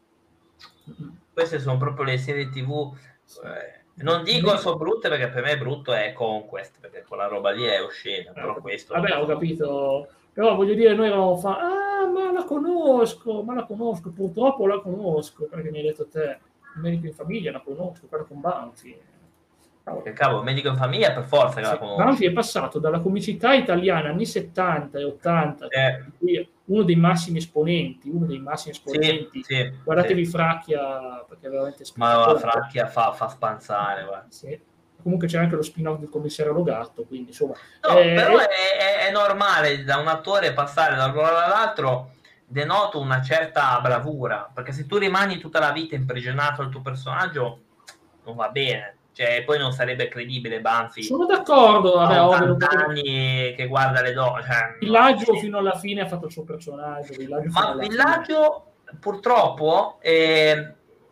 Speaker 2: Mm-hmm.
Speaker 1: Queste sono proprio le serie tivù. Eh, non dico
Speaker 2: Medico...
Speaker 1: sono brutte, perché per me è brutto è Conquest, perché quella roba lì è oscena, però
Speaker 2: Eh,
Speaker 1: questo...
Speaker 2: vabbè, ho capito, però voglio dire, noi eravamo fa, ah, ma la conosco, ma la conosco, purtroppo la conosco, perché mi hai detto te, il medico in famiglia la conosco, quella con Banfi.
Speaker 1: Che cavolo, medico in famiglia per forza che
Speaker 2: Sì,
Speaker 1: la conosci.
Speaker 2: Banfi è passato dalla comicità italiana anni settanta e ottanta,
Speaker 1: Eh.
Speaker 2: di cui è uno dei massimi esponenti, uno dei massimi esponenti,
Speaker 1: Sì, sì,
Speaker 2: guardatevi
Speaker 1: sì.
Speaker 2: Fracchia, perché è veramente
Speaker 1: Ma la
Speaker 2: spettacolare.
Speaker 1: Fracchia fa, fa spanzare, guarda.
Speaker 2: Sì. Comunque c'è anche lo spin-off del commissario Logatto, quindi insomma...
Speaker 1: No,
Speaker 2: eh,
Speaker 1: però è, è, è normale da un attore passare da un ruolo all'altro, denoto una certa bravura, perché se tu rimani tutta la vita imprigionato al tuo personaggio non va bene, cioè poi non sarebbe credibile Banfi.
Speaker 2: Sono d'accordo, vabbè, ovvio,
Speaker 1: anni che guarda le donne, cioè,
Speaker 2: Villaggio
Speaker 1: no,
Speaker 2: fino alla fine ha fatto il suo personaggio, Villaggio
Speaker 1: ma Villaggio fine. Purtroppo è,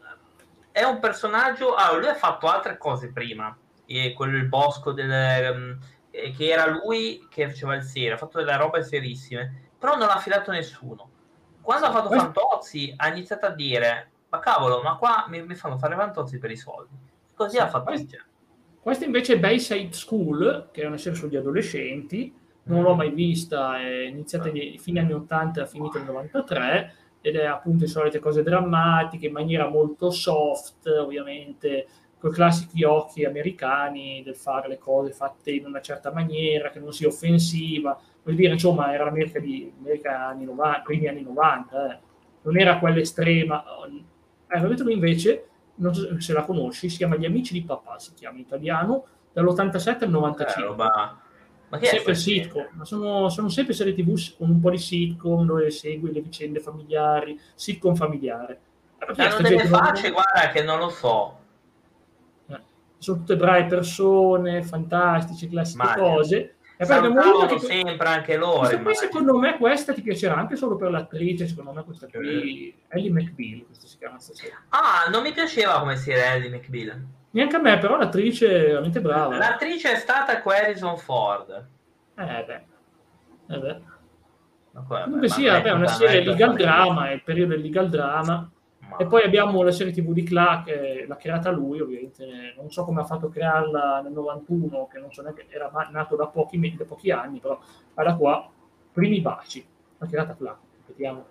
Speaker 1: è un personaggio, allora, lui ha fatto altre cose prima, e quello il bosco del, eh, che era lui che faceva il serio, ha fatto delle robe serissime, però non l'ha filato nessuno. Quando sì, ha fatto questo... Fantozzi ha iniziato a dire, ma cavolo, ma qua mi, mi fanno fare Fantozzi per i soldi, così sì, ha fatto il genere.
Speaker 2: Questa invece è Bayside School, che è una serie sugli adolescenti, non l'ho mai vista, è iniziata nei fine anni ottanta e ha finito nel novantatré, ed è appunto le solite cose drammatiche, in maniera molto soft, ovviamente, con i classici occhi americani del fare le cose fatte in una certa maniera, che non sia offensiva. Vuol dire, insomma, era l'America di America anni novanta, primi anni novanta, eh. Non era quella estrema, Eh, capito lui invece, non so se la conosci, si chiama Gli amici di papà, si chiama in italiano, dall'ottantasette al
Speaker 1: Cos'è,
Speaker 2: novantacinque.
Speaker 1: roba... Ma che è sta
Speaker 2: Sempre
Speaker 1: serie?
Speaker 2: sitcom, ma sono, sono sempre serie tivù con un po' di sitcom dove segui le vicende familiari, sitcom familiare. Eh, perché
Speaker 1: Hanno
Speaker 2: sta
Speaker 1: delle
Speaker 2: gente non,
Speaker 1: facce,
Speaker 2: non-
Speaker 1: guarda, che non lo so.
Speaker 2: eh, sono tutte brave persone, fantastiche, classiche
Speaker 1: Immagino.
Speaker 2: cose. E poi abbiamo una
Speaker 1: Salutavano
Speaker 2: che...
Speaker 1: sempre anche loro,
Speaker 2: Questa qui,
Speaker 1: immagino.
Speaker 2: secondo me, questa ti piacerà anche solo per l'attrice, secondo me questa
Speaker 1: Eh.
Speaker 2: qui, Ellie McBeal, questa si chiama questa serie.
Speaker 1: Ah, non mi piaceva come serie di McBeal.
Speaker 2: Neanche a me, però l'attrice è veramente brava.
Speaker 1: L'attrice è stata Harrison Ford.
Speaker 2: Eh beh, eh beh.
Speaker 1: Ma poi, vabbè,
Speaker 2: Comunque
Speaker 1: ma non
Speaker 2: sia,
Speaker 1: è
Speaker 2: beh, è una
Speaker 1: tutta, non
Speaker 2: serie
Speaker 1: è tutta
Speaker 2: legal
Speaker 1: bellissima.
Speaker 2: drama, è il periodo del legal drama. E
Speaker 1: Ma...
Speaker 2: poi abbiamo la serie tivù di Clark, che l'ha creata lui, ovviamente. Non so come ha fatto a crearla nel novantuno, che non so neanche, era ma- nato da pochi, me- da pochi anni, però da qua, primi baci. L'ha creata Clark, vediamo.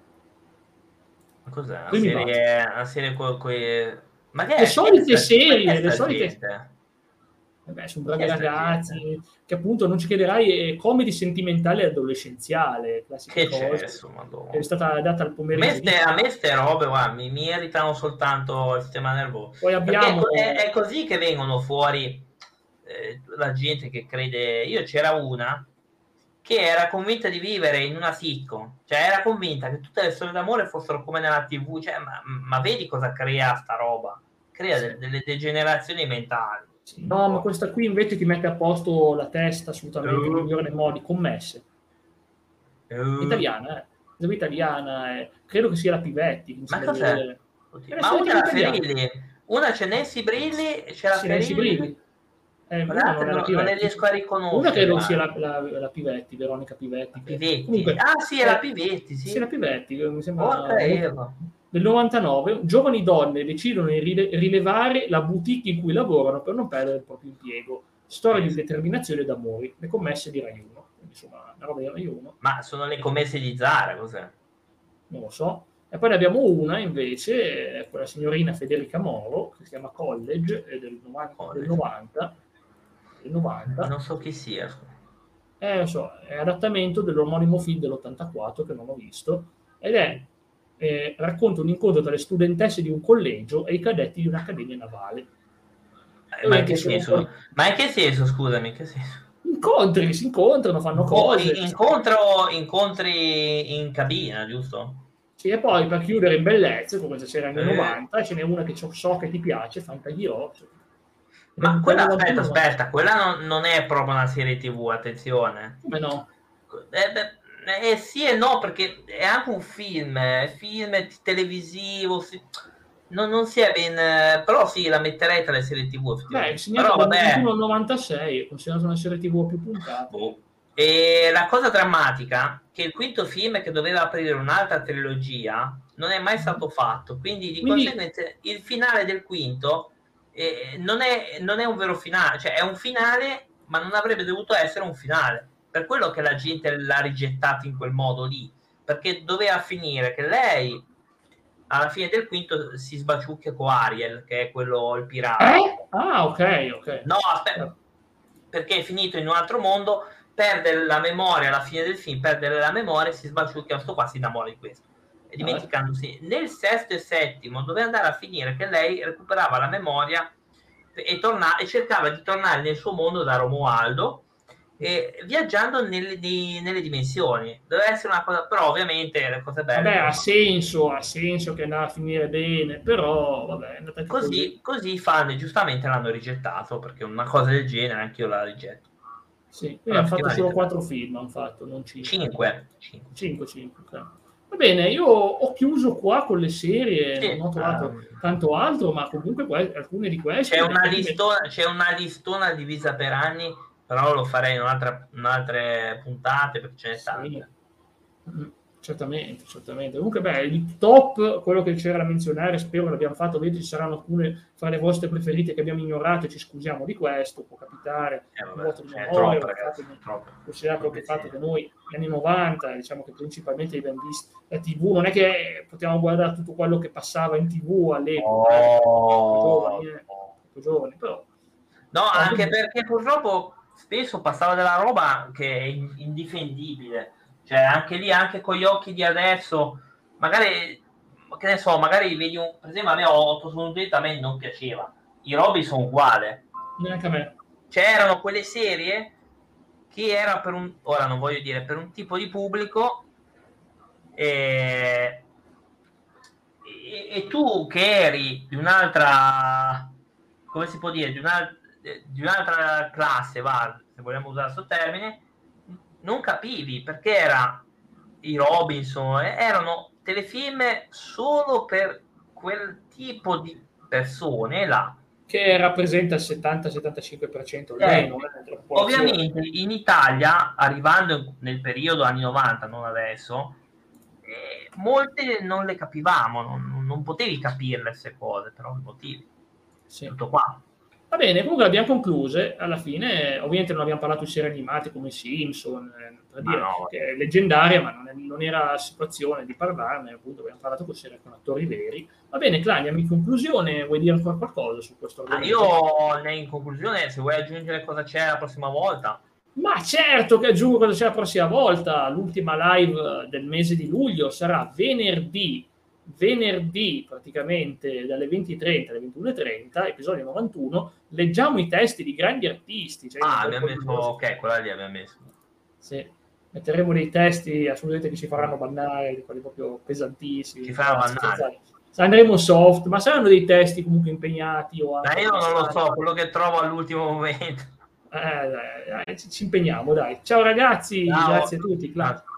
Speaker 1: ma cos'è? Una
Speaker 2: Primi baci.
Speaker 1: serie, una serie con quei... Ma che
Speaker 2: Le
Speaker 1: è? Chi è
Speaker 2: solite
Speaker 1: sta, ma chi è
Speaker 2: serie, le
Speaker 1: sta
Speaker 2: solite...
Speaker 1: gente?
Speaker 2: Vabbè, sono
Speaker 1: Chi
Speaker 2: bravi
Speaker 1: è sta gente?
Speaker 2: ragazzi, che appunto non ci chiederai, è comedy sentimentale e adolescenziale, classiche
Speaker 1: Che c'è,
Speaker 2: cose,
Speaker 1: insomma,
Speaker 2: che è
Speaker 1: madonna.
Speaker 2: stata data al
Speaker 1: A me
Speaker 2: pomeriggio di
Speaker 1: ste, a me
Speaker 2: Clark.
Speaker 1: ste robe, guarda, mi, mi irritano soltanto il sistema nervoso.
Speaker 2: Poi
Speaker 1: Perché è,
Speaker 2: abbiamo...
Speaker 1: co- è- è così che vengono fuori eh, la gente che crede... Io c'era una che era convinta di vivere in una sitcom, cioè era convinta che tutte le storie d'amore fossero come nella tivù, cioè, ma, ma vedi cosa crea sta roba? Crea
Speaker 2: Sì.
Speaker 1: del- delle degenerazioni mentali.
Speaker 2: Sì, no, ma questa qui invece ti mette a posto la testa assolutamente, nel
Speaker 1: Uh,
Speaker 2: migliore dei modi, Commesse. È
Speaker 1: uh.
Speaker 2: italiana, eh. È italiana, eh. Credo che sia la Pivetti, che mi
Speaker 1: Ma
Speaker 2: sembra di
Speaker 1: cos'è?
Speaker 2: vedere. È
Speaker 1: Oddio,
Speaker 2: la
Speaker 1: ma
Speaker 2: serie
Speaker 1: una è
Speaker 2: tivù
Speaker 1: la
Speaker 2: italiana.
Speaker 1: Ferilli, una c'è Nancy Brilli, c'è la
Speaker 2: Sì, Nancy
Speaker 1: Ferilli,
Speaker 2: Brilli. Eh,
Speaker 1: ma le
Speaker 2: una non
Speaker 1: altre
Speaker 2: è la
Speaker 1: no- non le
Speaker 2: Pivetti.
Speaker 1: riesco a
Speaker 2: Una
Speaker 1: riconoscere.
Speaker 2: credo sia
Speaker 1: Guarda.
Speaker 2: la, la, la Pivetti, Veronica
Speaker 1: La
Speaker 2: Pivetti, credo.
Speaker 1: Pivetti.
Speaker 2: Comunque,
Speaker 1: Ah sì, è la
Speaker 2: è,
Speaker 1: Pivetti,
Speaker 2: sì, la
Speaker 1: sì.
Speaker 2: Pivetti, che mi
Speaker 1: Porca
Speaker 2: sembra molto...
Speaker 1: Eva.
Speaker 2: Del novantanove, giovani donne decidono di rile- rilevare la boutique in cui lavorano per non perdere il proprio impiego. Storia di
Speaker 1: Pensa.
Speaker 2: determinazione e d'amori. Le commesse di Rai uno. Quindi, insomma, una roba di Rai uno.
Speaker 1: Ma sono le commesse di Zara, cos'è?
Speaker 2: Non lo so. E poi ne abbiamo una invece, eh, quella signorina Federica Moro, che si chiama College, è del novanta, del
Speaker 1: College.
Speaker 2: novanta, del novanta.
Speaker 1: Non so chi sia.
Speaker 2: Eh, lo so, è adattamento dell'omonimo film dell'ottantaquattro che non ho visto, ed è, eh, racconta un incontro tra le studentesse di un collegio e i cadetti di un'accademia navale.
Speaker 1: Eh,
Speaker 2: E
Speaker 1: ma in
Speaker 2: ovviamente
Speaker 1: che
Speaker 2: sono un po' di
Speaker 1: senso? Ma in che senso, scusami, in che senso?
Speaker 2: incontri, si incontrano, fanno
Speaker 1: Inco-
Speaker 2: cose.
Speaker 1: incontro, incontri in cabina, giusto?
Speaker 2: Sì, e poi per chiudere in bellezza, come se c'era anni
Speaker 1: Eh.
Speaker 2: novanta, ce n'è una che so, so che ti piace, Fantaghirò,
Speaker 1: Ma
Speaker 2: dal
Speaker 1: quella,
Speaker 2: novantuno
Speaker 1: aspetta,
Speaker 2: al novantasei.
Speaker 1: aspetta, quella non, non è proprio una serie tivù, attenzione.
Speaker 2: Come no?
Speaker 1: Eh, beh, eh, sì e no, perché è anche un film, è film televisivo, sì. Non, non si è ben... eh, però sì, la metterei tra le serie tivù,
Speaker 2: Beh, è
Speaker 1: effettivamente.
Speaker 2: segnato
Speaker 1: Però
Speaker 2: dal novantuno
Speaker 1: vabbè,
Speaker 2: al novantasei, è considerato una serie tivù a più puntate.
Speaker 1: boh. E la cosa drammatica è che il quinto film che doveva aprire un'altra trilogia non è mai stato fatto, quindi di
Speaker 2: Quindi,
Speaker 1: conseguenza il finale del quinto eh, non, è, non è un vero finale, cioè è un finale ma non avrebbe dovuto essere un finale, per quello che la gente l'ha rigettato in quel modo lì, perché doveva finire che lei alla fine del quinto si sbaciucchia con Ariel, che è quello, il pirata.
Speaker 2: eh? Ah, ok, ok.
Speaker 1: No, aspetta, perché è finito in un altro mondo, perde la memoria alla fine del film, perde la memoria, si sbaciucchia, sto qua si innamora di questo. E
Speaker 2: Vabbè.
Speaker 1: dimenticandosi, nel sesto e settimo doveva andare a finire che lei recuperava la memoria e, torna- e cercava di tornare nel suo mondo da Romualdo, e viaggiando nelle, di, nelle dimensioni. Doveva essere una cosa, però ovviamente le cose belle
Speaker 2: Vabbè,
Speaker 1: devono
Speaker 2: ha
Speaker 1: fare.
Speaker 2: senso, ha senso che andava a finire bene, però vabbè, è andata anche così.
Speaker 1: Così, così i fan giustamente l'hanno rigettato, perché una cosa del genere anch'io la rigetto.
Speaker 2: Sì, quindi
Speaker 1: Però
Speaker 2: hanno fatto solo
Speaker 1: effettivamente
Speaker 2: quattro film, hanno fatto, non cinque.
Speaker 1: cinque.
Speaker 2: cinque, cinque. Ok. Va bene, io ho chiuso qua con le serie,
Speaker 1: Sì,
Speaker 2: non ho trovato
Speaker 1: ehm,
Speaker 2: tanto altro, ma comunque que- alcune di
Speaker 1: c'è
Speaker 2: queste
Speaker 1: una
Speaker 2: effettivamente...
Speaker 1: listona, c'è una listona divisa per anni, però lo farei in un'altra, in altre puntate perché ce n'è
Speaker 2: Sì.
Speaker 1: tante.
Speaker 2: Mm, certamente, certamente. Comunque, beh, il top, quello che c'era da menzionare, spero l'abbiamo fatto, vedete, ci saranno alcune fra le vostre preferite che abbiamo ignorato e ci scusiamo di questo, può capitare,
Speaker 1: Eh,
Speaker 2: un
Speaker 1: vabbè,
Speaker 2: vuoto di
Speaker 1: ce n'è
Speaker 2: memoria,
Speaker 1: troppo,
Speaker 2: o il fatto
Speaker 1: ragazzi,
Speaker 2: di-
Speaker 1: troppo.
Speaker 2: considerare proprio il fatto
Speaker 1: Troppe
Speaker 2: che
Speaker 1: serie.
Speaker 2: noi, negli anni novanta, diciamo che principalmente abbiamo visto la tivù, non è che potevamo guardare tutto quello che passava in tivù all'epoca, eh, troppo giovani,
Speaker 1: Oh,
Speaker 2: eh, troppo giovani, però...
Speaker 1: no,
Speaker 2: no,
Speaker 1: anche
Speaker 2: dobbiamo-
Speaker 1: perché purtroppo spesso passava della roba che è in- indifendibile. Cioè, anche lì, anche con gli occhi di adesso, magari che ne so, magari vedi un, per esempio a me otto su venti a me non piaceva, i Robinson uguale.
Speaker 2: Neanche a me.
Speaker 1: C'erano quelle serie che era per un, ora non voglio dire, per un tipo di pubblico e, e, e tu che eri di un'altra, come si può dire, di, una, di un'altra classe, va, se vogliamo usare questo termine, non capivi perché era i Robinson, erano telefilm solo per quel tipo di persone là.
Speaker 2: Che rappresenta il settanta settantacinque per cento almeno.
Speaker 1: Eh, ovviamente in Italia, arrivando nel periodo anni novanta, non adesso, eh, molte non le capivamo, non, non potevi capirle queste cose per ovvi motivi.
Speaker 2: Sì.
Speaker 1: Tutto qua.
Speaker 2: Va bene, comunque le abbiamo concluse. Alla fine, ovviamente non abbiamo parlato di serie animate come Simpson, eh, per dire
Speaker 1: no.
Speaker 2: che è leggendaria, ma non, è, non era la situazione di parlarne, appunto abbiamo parlato con serie con attori veri. Va bene, Claudia, in conclusione, vuoi dire ancora qualcosa su questo argomento?
Speaker 1: Ah, io in conclusione, se vuoi aggiungere cosa c'è la prossima volta.
Speaker 2: Ma certo che aggiungo cosa c'è la prossima volta. L'ultima live del mese di luglio sarà venerdì. venerdì praticamente dalle venti e trenta alle ventuno e trenta, episodio novantuno, leggiamo i testi di grandi artisti. Cioè
Speaker 1: ah, abbiamo messo, ok, quella lì abbiamo messo.
Speaker 2: Sì, metteremo dei testi assolutamente che ci faranno bannare, quelli proprio pesantissimi.
Speaker 1: Ci faranno bannare.
Speaker 2: Andremo soft, ma saranno dei testi comunque impegnati. O
Speaker 1: ma io non lo so, quello che trovo all'ultimo momento.
Speaker 2: Eh, dai, dai, ci impegniamo, dai. Ciao ragazzi, Ciao. Grazie a tutti. Claudio.